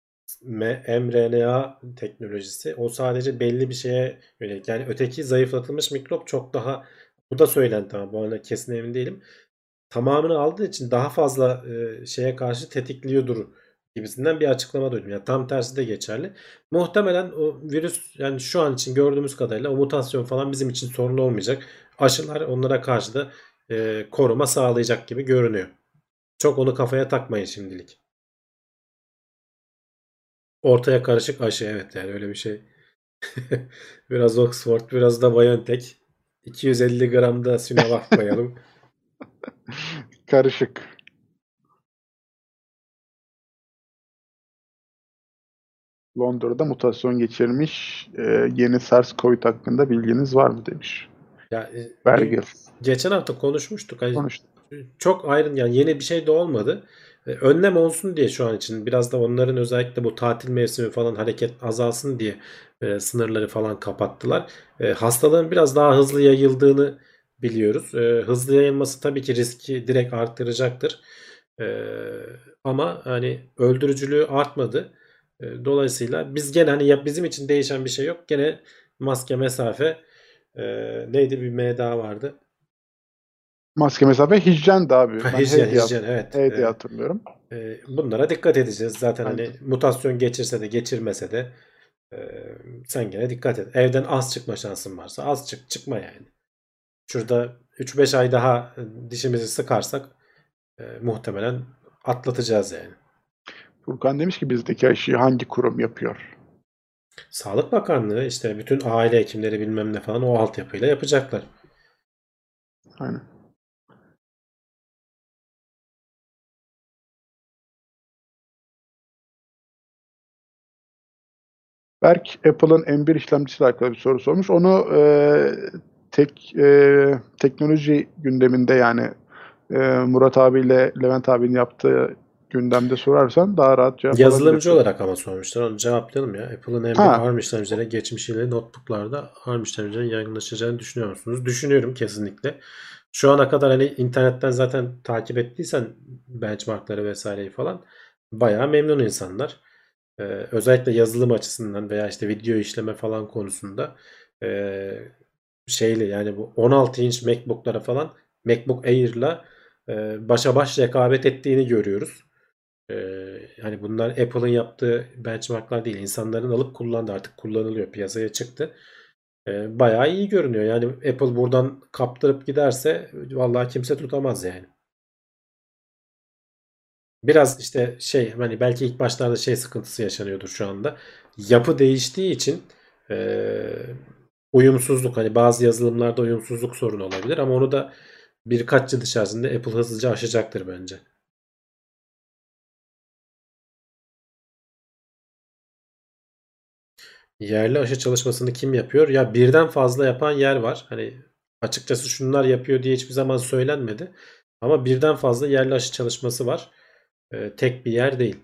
mRNA teknolojisi. O sadece belli bir şeye yönelik. Yani öteki zayıflatılmış mikrop çok daha, bu da söylenti ama bu arada kesin emin değilim. Tamamını aldığı için daha fazla şeye karşı tetikliyordur gibisinden bir açıklama duydum. Yani tam tersi de geçerli. Muhtemelen o virüs, yani şu an için gördüğümüz kadarıyla o mutasyon falan bizim için sorun olmayacak. Aşılar onlara karşı da koruma sağlayacak gibi görünüyor. Çok onu kafaya takmayın şimdilik. Ortaya karışık aşı, evet, yani öyle bir şey. Biraz Oxford, biraz da BioNTech. 250 gram da Sinovac koyalım. Karışık. Londra'da mutasyon geçirmiş yeni SARS-CoV hakkında bilginiz var mı demiş. Ya Vergil. geçen hafta konuşmuştuk. Hani Konuştuk. çok ayrın, yani yeni bir şey de olmadı. Önlem olsun diye şu an için biraz da onların özellikle bu tatil mevsimi falan hareket azalsın diye sınırları falan kapattılar. Hastalığın biraz daha hızlı yayıldığını biliyoruz. Hızlı yayılması tabii ki riski direkt arttıracaktır. E, Ama hani öldürücülüğü artmadı. Dolayısıyla biz gene hani ya bizim için değişen bir şey yok. Gene maske, mesafe, neydi, bir M daha vardı. Maske, mesafe, hijyen de abi. Ben Hijyen, H diye, hijyen, evet. H diye hatırlıyorum. Bunlara dikkat edeceğiz. Zaten Aynen. hani mutasyon geçirse de geçirmese de e, sen gene dikkat et. Evden az çıkma şansın varsa az çık, çıkma yani. Şurada 3-5 ay daha dişimizi sıkarsak muhtemelen atlatacağız yani. Furkan demiş ki bizdeki aşıyı hangi kurum yapıyor? Sağlık Bakanlığı işte bütün aile hekimleri bilmem ne falan o altyapıyla yapacaklar. Aynen. Berk, Apple'ın M1 işlemcisiyle alakalı bir soru sormuş. Onu teknoloji gündeminde, yani Murat abiyle Levent abinin yaptığı gündemde sorarsan daha rahat cevap Yazılımcı alabilirsin. olarak ama sormuşlar. Onu cevaplayalım ya. Apple'ın M1 Ha, ARM işlemcileri geçmişiyle notebooklarda ARM işlemcilerin yaygınlaşacağını düşünüyor musunuz? Düşünüyorum kesinlikle. Şu ana kadar hani internetten zaten takip ettiysen benchmarkları vesaireyi falan bayağı memnun insanlar. Özellikle yazılım açısından veya işte video işleme falan konusunda şeyli, yani bu 16 inç MacBook'lara falan MacBook Air'la başa baş rekabet ettiğini görüyoruz. Yani bunlar Apple'ın yaptığı benchmarklar değil. İnsanların alıp kullandığı, artık kullanılıyor. Piyasaya çıktı. Bayağı iyi görünüyor. Yani Apple buradan kaptırıp giderse vallahi kimse tutamaz yani. Biraz işte şey, hani belki ilk başlarda şey sıkıntısı yaşanıyordur şu anda. Yapı değiştiği için uyumsuzluk, hani bazı yazılımlarda uyumsuzluk sorunu olabilir ama onu da birkaç yıl içerisinde Apple hızlıca aşacaktır bence. Yerli aşı çalışmasını kim yapıyor? Ya birden fazla yapan yer var. Hani açıkçası şunlar yapıyor diye hiçbir zaman söylenmedi. Ama birden fazla yerli aşı çalışması var. Tek bir yer değil.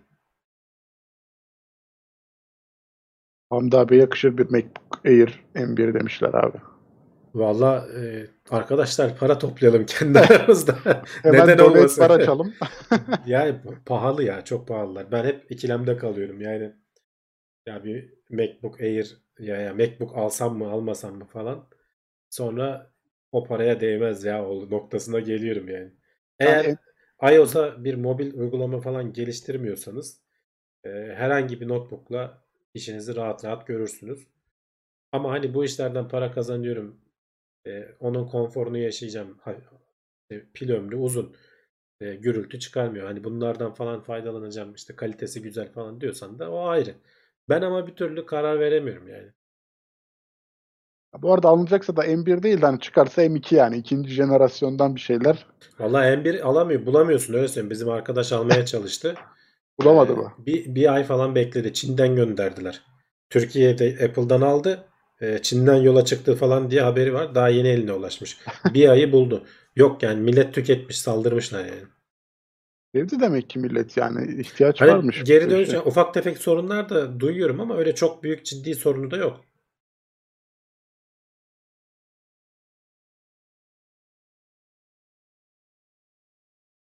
Hamdi abi yakışır bir MacBook Air M1 demişler abi. Valla arkadaşlar para toplayalım kendi aramızda. Hemen Neden donate bar olmasın? açalım. Yani pahalı ya, çok pahalılar. Ben hep ikilemde kalıyorum. Yani ya bir MacBook Air ya MacBook alsam mı almasam mı falan. Sonra o paraya değmez ya o noktasına geliyorum yani. Yani Eğer iOS'a bir mobil uygulama falan geliştirmiyorsanız herhangi bir notebook'la işinizi rahat rahat görürsünüz. Ama hani bu işlerden para kazanıyorum, onun konforunu yaşayacağım, pil ömrü uzun, gürültü çıkarmıyor. Hani bunlardan falan faydalanacağım, işte kalitesi güzel falan diyorsan da o ayrı. Ben ama bir türlü karar veremiyorum yani. bu arada alınacaksa da M1 değil de hani çıkarsa M2, yani ikinci jenerasyondan bir şeyler Vallahi M1 bulamıyorsun, öyle söyleyeyim. Bizim arkadaş almaya çalıştı. bulamadı mı? Bir ay falan bekledi. Çin'den gönderdiler. Türkiye'de Apple'dan aldı. Çin'den yola çıktı falan diye haberi var. Daha yeni eline ulaşmış. Bir ayı buldu. Yok yani millet tüketmiş, saldırmışlar yani. Sevdi demek ki millet, yani ihtiyaç Hani varmış geri bu dönüş, işe. yani ufak tefek sorunlar da duyuyorum ama öyle çok büyük ciddi sorunu da yok.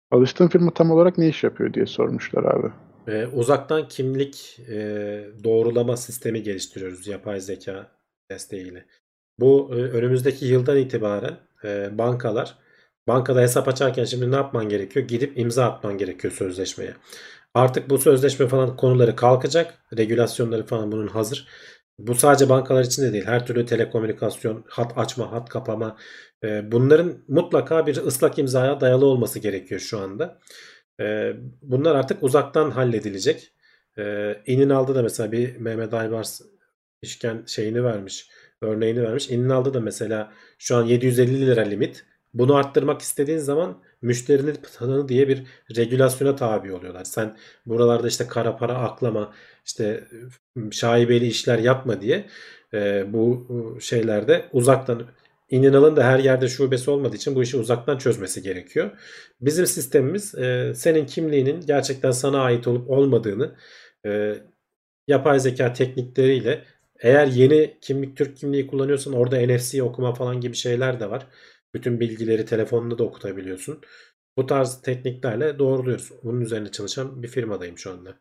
Alıştığın firma tam olarak ne iş yapıyor diye sormuşlar abi. Uzaktan kimlik doğrulama sistemi geliştiriyoruz yapay zeka desteğiyle. Bu önümüzdeki yıldan itibaren bankada hesap açarken şimdi ne yapman gerekiyor? Gidip imza atman gerekiyor sözleşmeye. Artık bu sözleşme falan konuları kalkacak. Regülasyonları falan bunun hazır. Bu sadece bankalar için de değil. Her türlü telekomünikasyon, hat açma, hat kapama, bunların mutlaka bir ıslak imzaya dayalı olması gerekiyor şu anda. Bunlar artık uzaktan halledilecek. İninal'da da mesela bir Mehmet Aybars işken şeyini vermiş, örneğini vermiş. İninal'da da mesela şu an 750 lira limit. Bunu arttırmak istediğin zaman müşterinin tanığı diye bir regülasyona tabi oluyorlar. Sen buralarda işte kara para aklama, işte şaibeli işler yapma diye bu şeylerde uzaktan İninal'ın da her yerde şubesi olmadığı için bu işi uzaktan çözmesi gerekiyor. Bizim sistemimiz senin kimliğinin gerçekten sana ait olup olmadığını yapay zeka teknikleriyle, eğer yeni kimlik Türk kimliği kullanıyorsan orada NFC okuma falan gibi şeyler de var. Bütün bilgileri telefonunda da okutabiliyorsun. Bu tarz tekniklerle doğruluyoruz. Bunun üzerine çalışan bir firmadayım şu anda.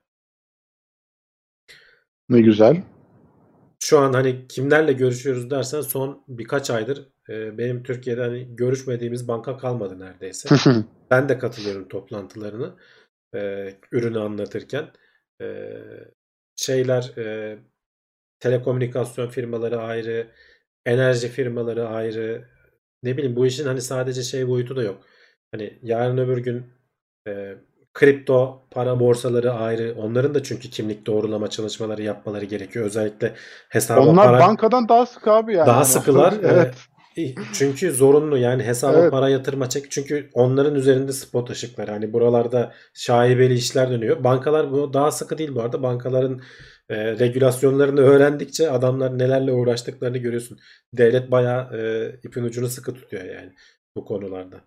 Ne güzel. Şu an hani kimlerle görüşüyoruz dersen son birkaç aydır benim Türkiye'de hani görüşmediğimiz banka kalmadı neredeyse. Ben de katılıyorum toplantılarını ürünü anlatırken. E, şeyler telekomünikasyon firmaları ayrı, enerji firmaları ayrı. Ne bileyim bu işin hani sadece şey boyutu da yok. Hani yarın öbür gün e, kripto para borsaları ayrı. Onların da çünkü kimlik doğrulama çalışmaları yapmaları gerekiyor. Özellikle hesaba Onlar para bankadan daha sık abi yani. daha Hani sıkılar. evet. Çünkü zorunlu yani hesaba Evet. para yatırma çek. Çünkü onların üzerinde spot ışıkları. Hani buralarda şaibeli işler dönüyor. Bankalar bu daha sıkı değil bu arada. Bankaların regülasyonlarını öğrendikçe adamlar nelerle uğraştıklarını görüyorsun. Devlet bayağı ipin ucunu sıkı tutuyor yani bu konularda.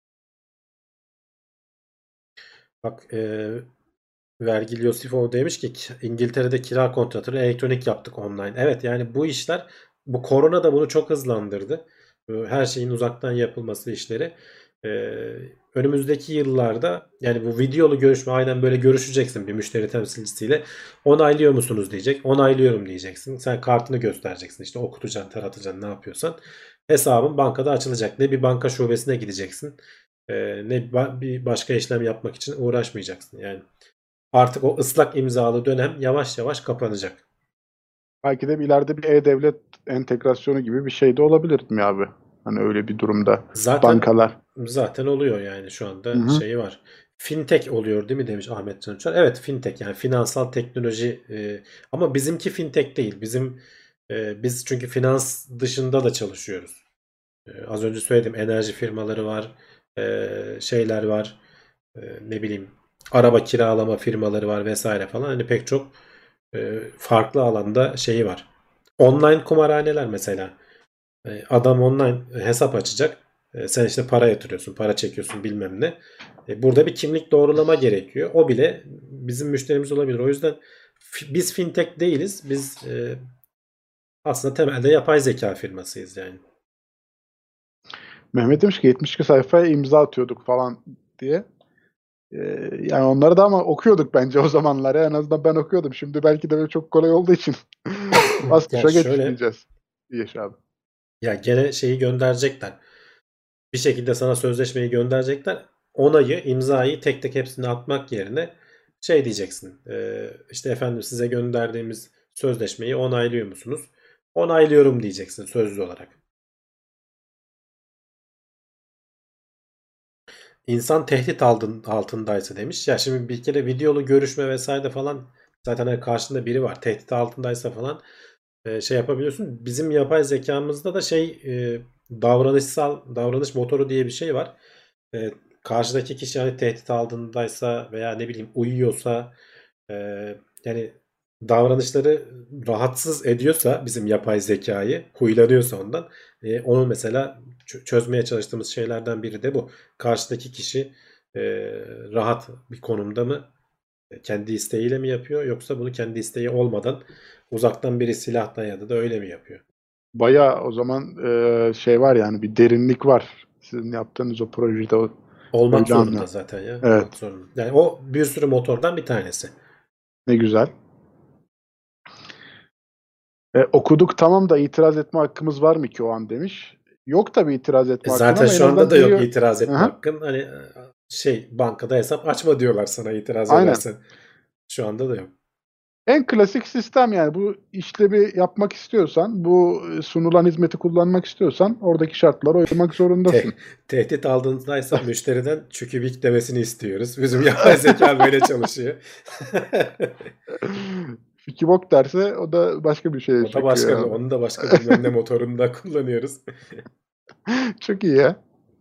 Bak Vergil Yosifov demiş ki İngiltere'de kira kontratını elektronik yaptık online. Evet yani bu işler bu korona da bunu çok hızlandırdı. Her şeyin uzaktan yapılması işleri. Önümüzdeki yıllarda yani bu videolu görüşme aynen böyle görüşeceksin bir müşteri temsilcisiyle. Onaylıyor musunuz diyecek. Onaylıyorum diyeceksin. Sen kartını göstereceksin. İşte okutacaksın, taratacaksın ne yapıyorsan. Hesabın bankada açılacak. Ne bir banka şubesine gideceksin. Ne bir başka işlem yapmak için uğraşmayacaksın. Yani artık o ıslak imzalı dönem yavaş yavaş kapanacak. Belki de ileride bir e-devlet entegrasyonu gibi bir şey de olabilir mi abi? Hani öyle bir durumda Zaten bankalar. zaten oluyor yani şu Hı anda hı. şeyi var. Fintech oluyor değil mi demiş Ahmet Can Uçar. Evet fintech yani finansal teknoloji ama bizimki fintech değil. Biz çünkü finans dışında da çalışıyoruz. Az önce söyledim enerji firmaları var. Şeyler var. Ne bileyim araba kiralama firmaları var vesaire falan. Hani pek çok farklı alanda şeyi var. Online kumarhaneler mesela. Adam online hesap açacak. Sen işte para yatırıyorsun, para çekiyorsun bilmem ne. Burada bir kimlik doğrulama gerekiyor. O bile bizim müşterimiz olabilir. O yüzden biz fintech değiliz. Biz aslında temelde yapay zeka firmasıyız yani. Mehmet demiş ki 72 sayfaya imza atıyorduk falan diye. Yani onları da ama okuyorduk bence o zamanlar. En azından ben okuyordum. Şimdi belki de böyle çok kolay olduğu için bas Ya tuşa geç şöyle diyeceğiz. Yaş abi. ya gene şeyi gönderecekler. Bir şekilde sana sözleşmeyi gönderecekler. Onayı, imzayı tek tek hepsini atmak yerine şey diyeceksin. İşte efendim size gönderdiğimiz sözleşmeyi onaylıyor musunuz? Onaylıyorum diyeceksin sözlü olarak. İnsan tehdit altındaysa demiş. Ya şimdi bir kere videolu görüşme vesaire falan zaten hani karşında biri var. Tehdit altındaysa falan şey yapabiliyorsun. Bizim yapay zekamızda da davranış motoru diye bir şey var. E, karşıdaki kişi hani tehdit altındaysa veya ne bileyim uyuyorsa e, yani davranışları rahatsız ediyorsa bizim yapay zekayı huylanıyorsa ondan onu mesela çözmeye çalıştığımız şeylerden biri de bu. Karşıdaki kişi e, rahat bir konumda mı kendi isteğiyle mi yapıyor yoksa bunu kendi isteği olmadan uzaktan biri silah dayadı da öyle mi yapıyor? Bayağı o zaman şey var yani bir derinlik var. Sizin yaptığınız o projede. Olmak Öyle zorunda anlıyorum. zaten ya. Evet. Olmak zorunda. Yani o bir sürü motordan bir tanesi. Ne güzel. Okuduk tamam da itiraz etme hakkımız var mı ki o an demiş. Yok tabii itiraz etme hakkın Zaten ama en şu anda azından da yok giriyor. itiraz etme Aha, hakkın. Hani bankada hesap açma diyorlar sana itiraz aynen. edersen. Şu anda da yok. En klasik sistem yani bu işlevi yapmak istiyorsan, bu sunulan hizmeti kullanmak istiyorsan oradaki şartlara uymak zorundasın. Tehdit aldığındaysa müşteriden çükübik demesini istiyoruz. Bizim yapay zeka böyle çalışıyor. Fiki bok derse o da başka bir şeye O da başka çekiyor bir, abi. onu da başka bilmem ne motorunda kullanıyoruz. Çok iyi ya.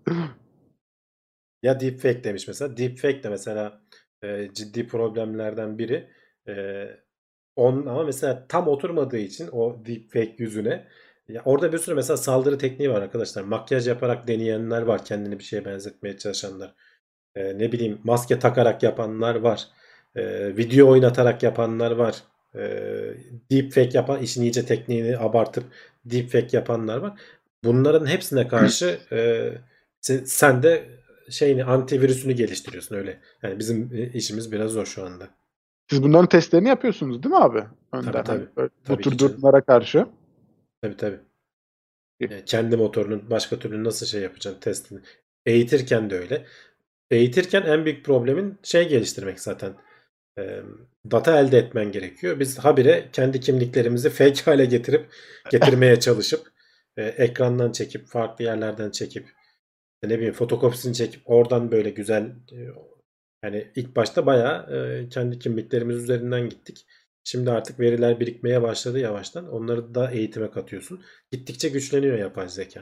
Ya deepfake demiş mesela. Deepfake de mesela ciddi problemlerden biri. E, ama mesela tam oturmadığı için o deepfake yüzüne ya orada bir sürü mesela saldırı tekniği var arkadaşlar. Makyaj yaparak deneyenler var. Kendini bir şeye benzetmeye çalışanlar. Ne bileyim maske takarak yapanlar var. Video oynatarak yapanlar var. E, deepfake yapan işin iyice tekniğini abartıp deepfake yapanlar var. Bunların hepsine karşı sen de antivirüsünü geliştiriyorsun öyle. Yani bizim işimiz biraz zor şu anda. Siz bunların testlerini yapıyorsunuz değil mi abi? Tabii Önden hani tabii. bu Tabii ki tür canım. durumlara karşı. Tabii tabii. Kendi motorunun başka türlü nasıl yapacaksın testini. Eğitirken de öyle. Eğitirken en büyük problemin geliştirmek zaten. Data elde etmen gerekiyor. Biz habire kendi kimliklerimizi fake hale getirmeye çalışıp ekrandan çekip farklı yerlerden çekip ne bileyim fotokopisini çekip oradan böyle güzel yani ilk başta bayağı kendi kimliklerimiz üzerinden gittik. Şimdi artık veriler birikmeye başladı yavaştan. Onları da eğitime katıyorsun. Gittikçe güçleniyor yapay zeka.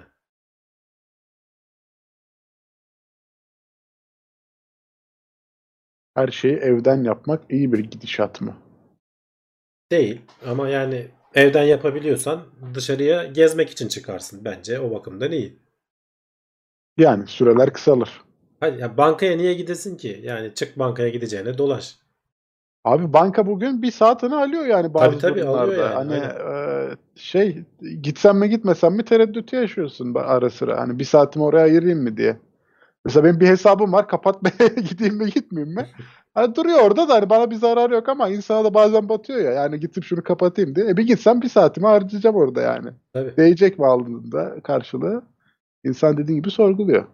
Her şeyi evden yapmak iyi bir gidişat mı? Değil ama yani evden yapabiliyorsan dışarıya gezmek için çıkarsın. Bence o bakımdan iyi. Yani süreler kısalır. Hadi ya bankaya niye gidesin ki? Yani çık bankaya gideceğine dolaş. Abi banka bugün bir saatini alıyor yani Tabii bazı tabii alıyor durumlarda. yani Hani aynen. gitsem mi gitmesem mi tereddütü yaşıyorsun ara sıra. Hani bir saatimi oraya ayırayım mı diye. Mesela benim bir hesabım var. Kapatmaya gideyim mi gitmeyeyim mi? Hani duruyor orada da hani bana bir zararı yok ama insana da bazen batıyor ya. Yani gidip şunu kapatayım diye. Bir gitsem bir saatimi harcayacağım orada yani. Tabii. Değecek mi aldığında karşılığı? İnsan dediğin gibi sorguluyor.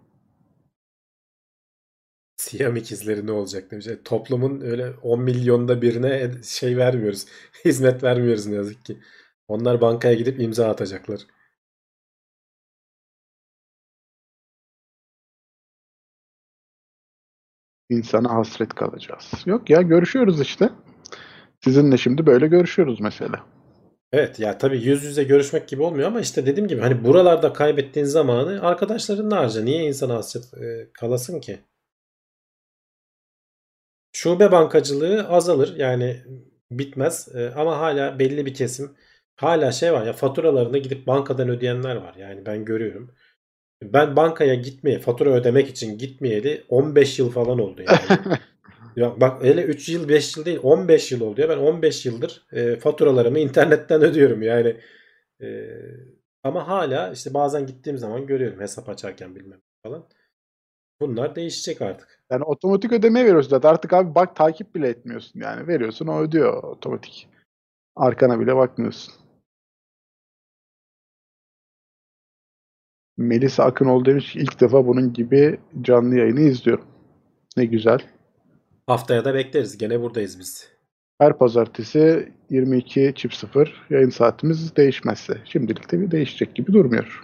Siyam ikizleri ne olacak demiş. Toplumun öyle 10 milyonda birine vermiyoruz. Hizmet vermiyoruz ne yazık ki. Onlar bankaya gidip imza atacaklar. İnsana hasret kalacağız. Yok ya görüşüyoruz işte. Sizinle şimdi böyle görüşüyoruz mesela. Evet ya tabii yüz yüze görüşmek gibi olmuyor ama işte dediğim gibi hani buralarda kaybettiğin zamanı arkadaşlarınla harca. Niye insana hasret kalasın ki? Şube bankacılığı azalır yani bitmez. Ama hala belli bir kesim hala var ya faturalarını gidip bankadan ödeyenler var. Yani ben görüyorum. Ben bankaya fatura ödemek için gitmeyeli 15 yıl falan oldu yani. Ya bak hele 3 yıl 5 yıl değil 15 yıl oldu ya. Ben 15 yıldır faturalarımı internetten ödüyorum yani. E, ama hala işte bazen gittiğim zaman görüyorum hesap açarken bilmem falan. Bunlar değişecek artık. Yani otomatik ödeme veriyorsun zaten. Artık abi bak takip bile etmiyorsun yani. Veriyorsun o ödüyor otomatik. Arkana bile bakmıyorsun. Melisa Akınoğlu demiş ki ilk defa bunun gibi canlı yayını izliyorum. Ne güzel. Haftaya da bekleriz. Gene buradayız biz. Her pazartesi 22.00 yayın saatimiz değişmezse. Şimdilik de bir değişecek gibi durmuyor.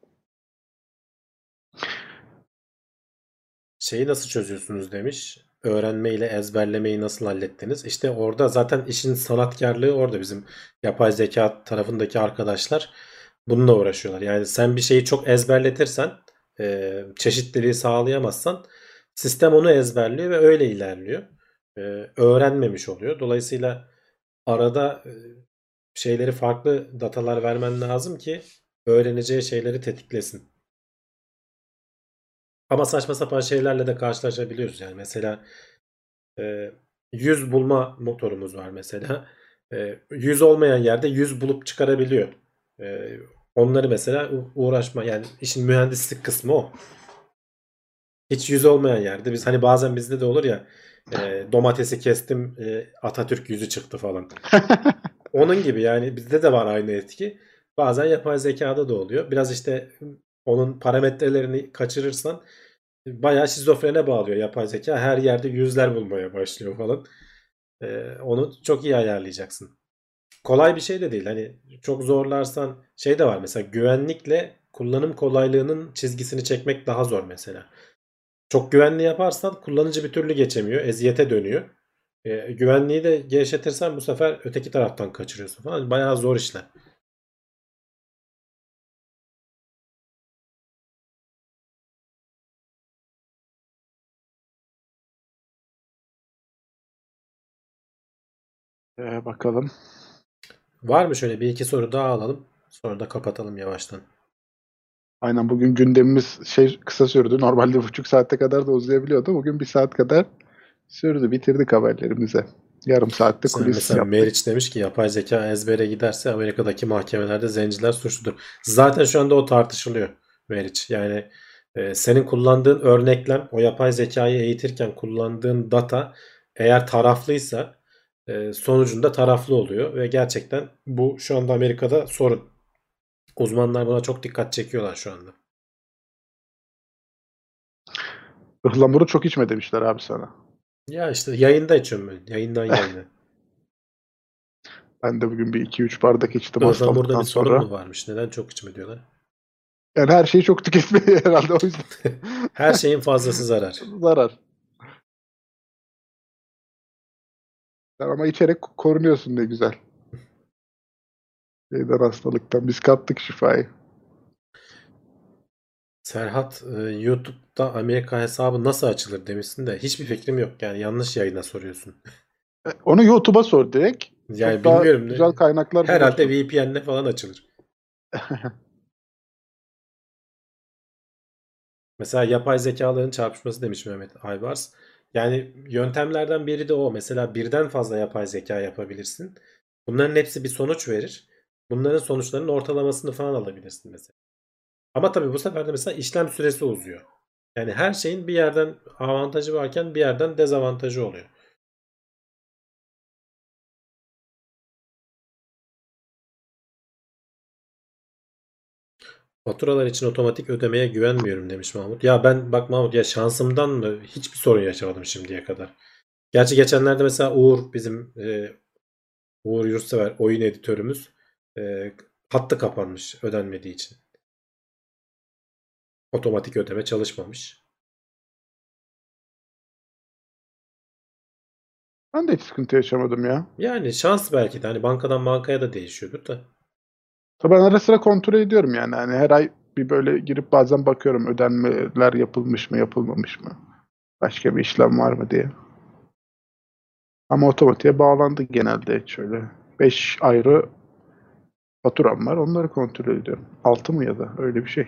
Şeyi nasıl çözüyorsunuz demiş. Öğrenme ile ezberlemeyi nasıl hallettiniz? İşte orada zaten işin sanatkarlığı orada bizim yapay zeka tarafındaki arkadaşlar bununla uğraşıyorlar. Yani sen bir şeyi çok ezberletirsen çeşitliliği sağlayamazsan sistem onu ezberliyor ve öyle ilerliyor. E, öğrenmemiş oluyor. Dolayısıyla arada şeyleri farklı datalar vermen lazım ki öğreneceği şeyleri tetiklesin. Ama saçma sapan şeylerle de karşılaşabiliyoruz. Yani mesela 100 bulma motorumuz var mesela. 100 olmayan yerde 100 bulup çıkarabiliyor. E, onları mesela uğraşma yani işin mühendislik kısmı o. Hiç yüz olmayan yerde biz hani bazen bizde de olur ya domatesi kestim Atatürk yüzü çıktı falan. Onun gibi yani bizde de var aynı etki. Bazen yapay zekada da oluyor. Biraz işte onun parametrelerini kaçırırsan bayağı şizofrene bağlıyor yapay zeka. Her yerde yüzler bulmaya başlıyor falan. Onu çok iyi ayarlayacaksın. Kolay bir şey de değil. Hani çok zorlarsan şey de var mesela güvenlikle kullanım kolaylığının çizgisini çekmek daha zor mesela. Çok güvenli yaparsan kullanıcı bir türlü geçemiyor. Eziyete dönüyor. Güvenliği de gevşetirsen bu sefer öteki taraftan kaçırıyorsun falan. Bayağı zor işler. Bakalım. Var mı şöyle bir iki soru daha alalım. Sonra da kapatalım yavaştan. Aynen bugün gündemimiz kısa sürdü. Normalde 1,5 saate kadar da uzayabiliyordu. Bugün 1 saat kadar sürdü. Bitirdik haberlerimize. Yarım saatte kulis Mesela yaptık. Meriç demiş ki yapay zeka ezbere giderse Amerika'daki mahkemelerde zenciler suçludur. Zaten şu anda o tartışılıyor Meriç. Yani senin kullandığın örneklem o yapay zekayı eğitirken kullandığın data eğer taraflıysa sonucunda taraflı oluyor ve gerçekten bu şu anda Amerika'da sorun. Uzmanlar buna çok dikkat çekiyorlar şu anda. Ihlamuru çok içme demişler abi sana. Ya işte yayında içiyorum ben. Yayından yayına. Ben de bugün bir 2-3 bardak içtim Ihlamurda bir hastalıktan sorun sonra. mu varmış? Neden çok içme diyorlar? Yani her şeyi çok tüketmeyi herhalde o yüzden Her şeyin fazlası zarar. zarar. Sen ama içerek korunuyorsun ne güzel. Şeyden hastalıktan. Biz kaptık şifayı. Serhat YouTube'da Amerika hesabı nasıl açılır demişsin de hiçbir fikrim yok yani yanlış yayına soruyorsun. Onu YouTube'a sor direkt. Yani Çok daha bilmiyorum güzel kaynaklar herhalde bulursun. VPN'le falan açılır. Mesela yapay zekaların çarpışması demiş Mehmet Aybars. Yani yöntemlerden biri de o. Mesela birden fazla yapay zeka yapabilirsin. Bunların hepsi bir sonuç verir. Bunların sonuçlarının ortalamasını falan alabilirsin mesela. Ama tabii bu sefer de mesela işlem süresi uzuyor. Yani her şeyin bir yerden avantajı varken bir yerden dezavantajı oluyor. Faturalar için otomatik ödemeye güvenmiyorum demiş Mahmut. Ya ben bak Mahmut ya şansımdan mı hiçbir sorun yaşamadım şimdiye kadar. Gerçi geçenlerde mesela Uğur bizim Uğur Yurtsever oyun editörümüz hattı kapanmış ödenmediği için. Otomatik ödeme çalışmamış. Ben de hiç sıkıntı yaşamadım ya. Yani şans belki de hani bankadan bankaya da değişiyordur da. Tabii ben ara sıra kontrol ediyorum yani. Hani her ay bir böyle girip bazen bakıyorum ödenmeler yapılmış mı yapılmamış mı? Başka bir işlem var mı diye. Ama otomatiğe bağlandı genelde şöyle. 5 ayrı faturam var. Onları kontrol ediyorum. 6 mı ya da öyle bir şey.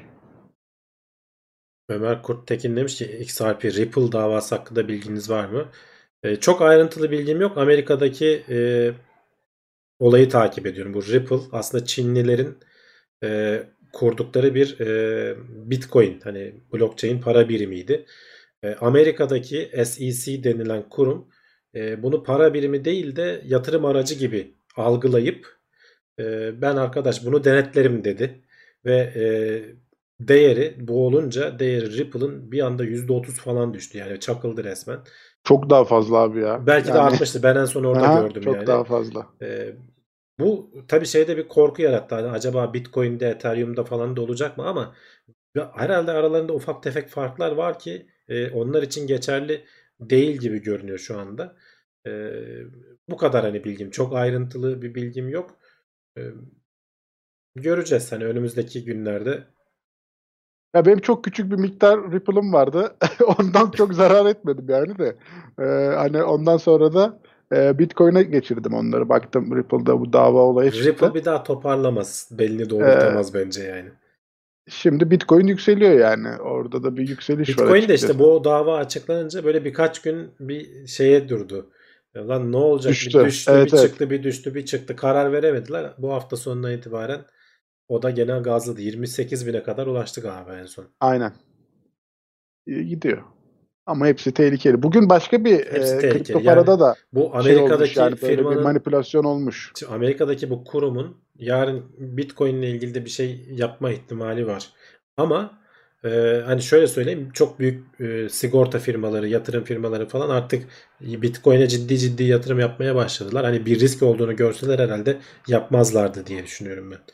Ömer Kurttekin demiş ki XRP Ripple davası hakkında bilginiz var mı? Çok ayrıntılı bilgim yok. Amerika'daki olayı takip ediyorum. Bu Ripple aslında Çinlilerin kurdukları bir Bitcoin hani blockchain para birimiydi. Amerika'daki SEC denilen kurum bunu para birimi değil de yatırım aracı gibi algılayıp ben arkadaş bunu denetlerim dedi ve değeri bu olunca değeri Ripple'ın bir anda %30 falan düştü yani çakıldı resmen. Çok daha fazla abi ya. Belki de Yani artmıştı. Ben en son orada aha, gördüm çok yani. daha fazla. Ee, Bu tabii şeyde bir korku yarattı. Hani acaba Bitcoin'de, Ethereum'da falan da olacak mı ama herhalde aralarında ufak tefek farklar var ki onlar için geçerli değil gibi görünüyor şu anda. Ee, Bu kadar hani bilgim. Çok ayrıntılı bir bilgim yok. Ee, Göreceğiz hani önümüzdeki günlerde. Ya benim çok küçük bir miktar Ripple'ım vardı. Ondan çok zarar etmedim yani de. Hani ondan sonra da Bitcoin'e geçirdim onları. Baktım Ripple'da bu dava olayı Ripple çıktı. bir daha toparlamaz. Belini Ee, doğrultamaz bence yani. Şimdi Bitcoin yükseliyor yani. Orada da bir yükseliş var Bitcoin de işte açıkçası. bu dava açıklanınca böyle birkaç gün bir şeye durdu. Ya lan ne olacak? Bir Düştü. düştü, bir Evet, evet. çıktı, bir düştü, bir çıktı. Karar veremediler. Bu hafta sonuna itibaren o da gene gazladı. 28 bine kadar ulaştı galiba en son. Aynen. gidiyor. Ama hepsi tehlikeli. Bugün başka bir Hepsi tehlikeli. kripto parada da bu şey olmuş, Amerika'daki yani böyle bir firmanın, manipülasyon olmuş. Amerika'daki bu kurumun yarın Bitcoin ile ilgili de bir şey yapma ihtimali var. Ama hani şöyle söyleyeyim, çok büyük sigorta firmaları, yatırım firmaları falan artık Bitcoin'e ciddi yatırım yapmaya başladılar. Hani bir risk olduğunu görseler herhalde yapmazlardı diye düşünüyorum ben.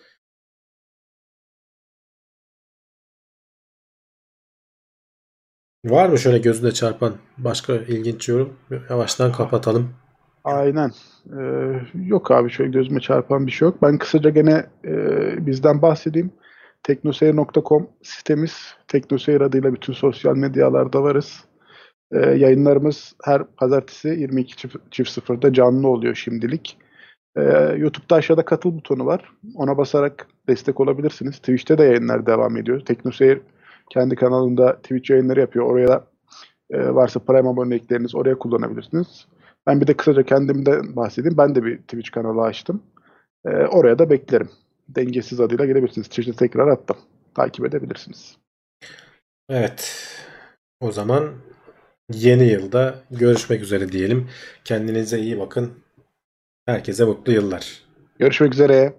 Var mı şöyle gözüne çarpan başka ilginç yorum? Yavaştan kapatalım. Aynen. Yok abi, şöyle gözüme çarpan bir şey yok. Ben kısaca gene bizden bahsedeyim. Teknoseyir.com sitemiz. Teknoseyir adıyla bütün sosyal medyalarda varız. Yayınlarımız her pazartesi 22.00'da canlı oluyor şimdilik. YouTube'da aşağıda katıl butonu var. Ona basarak destek olabilirsiniz. Twitch'te de yayınlar devam ediyor. Teknoseyir kendi kanalında Twitch yayınları yapıyor. Oraya da varsa Prime abonelikleriniz oraya kullanabilirsiniz. Ben bir de kısaca kendimden bahsedeyim. Ben de bir Twitch kanalı açtım. Oraya da beklerim. Dengesiz adıyla gelebilirsiniz. Twitch'te tekrar attım. Takip edebilirsiniz. Evet. O zaman yeni yılda görüşmek üzere diyelim. Kendinize iyi bakın. Herkese mutlu yıllar. Görüşmek üzere.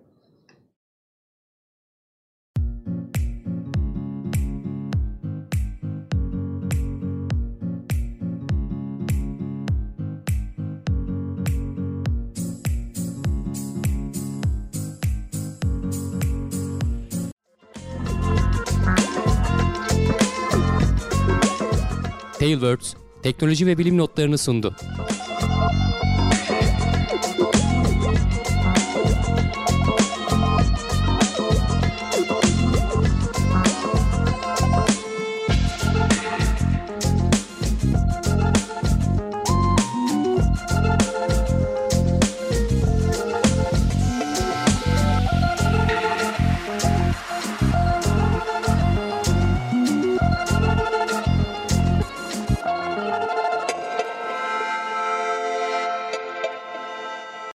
Tailwords, teknoloji ve bilim notlarını sundu.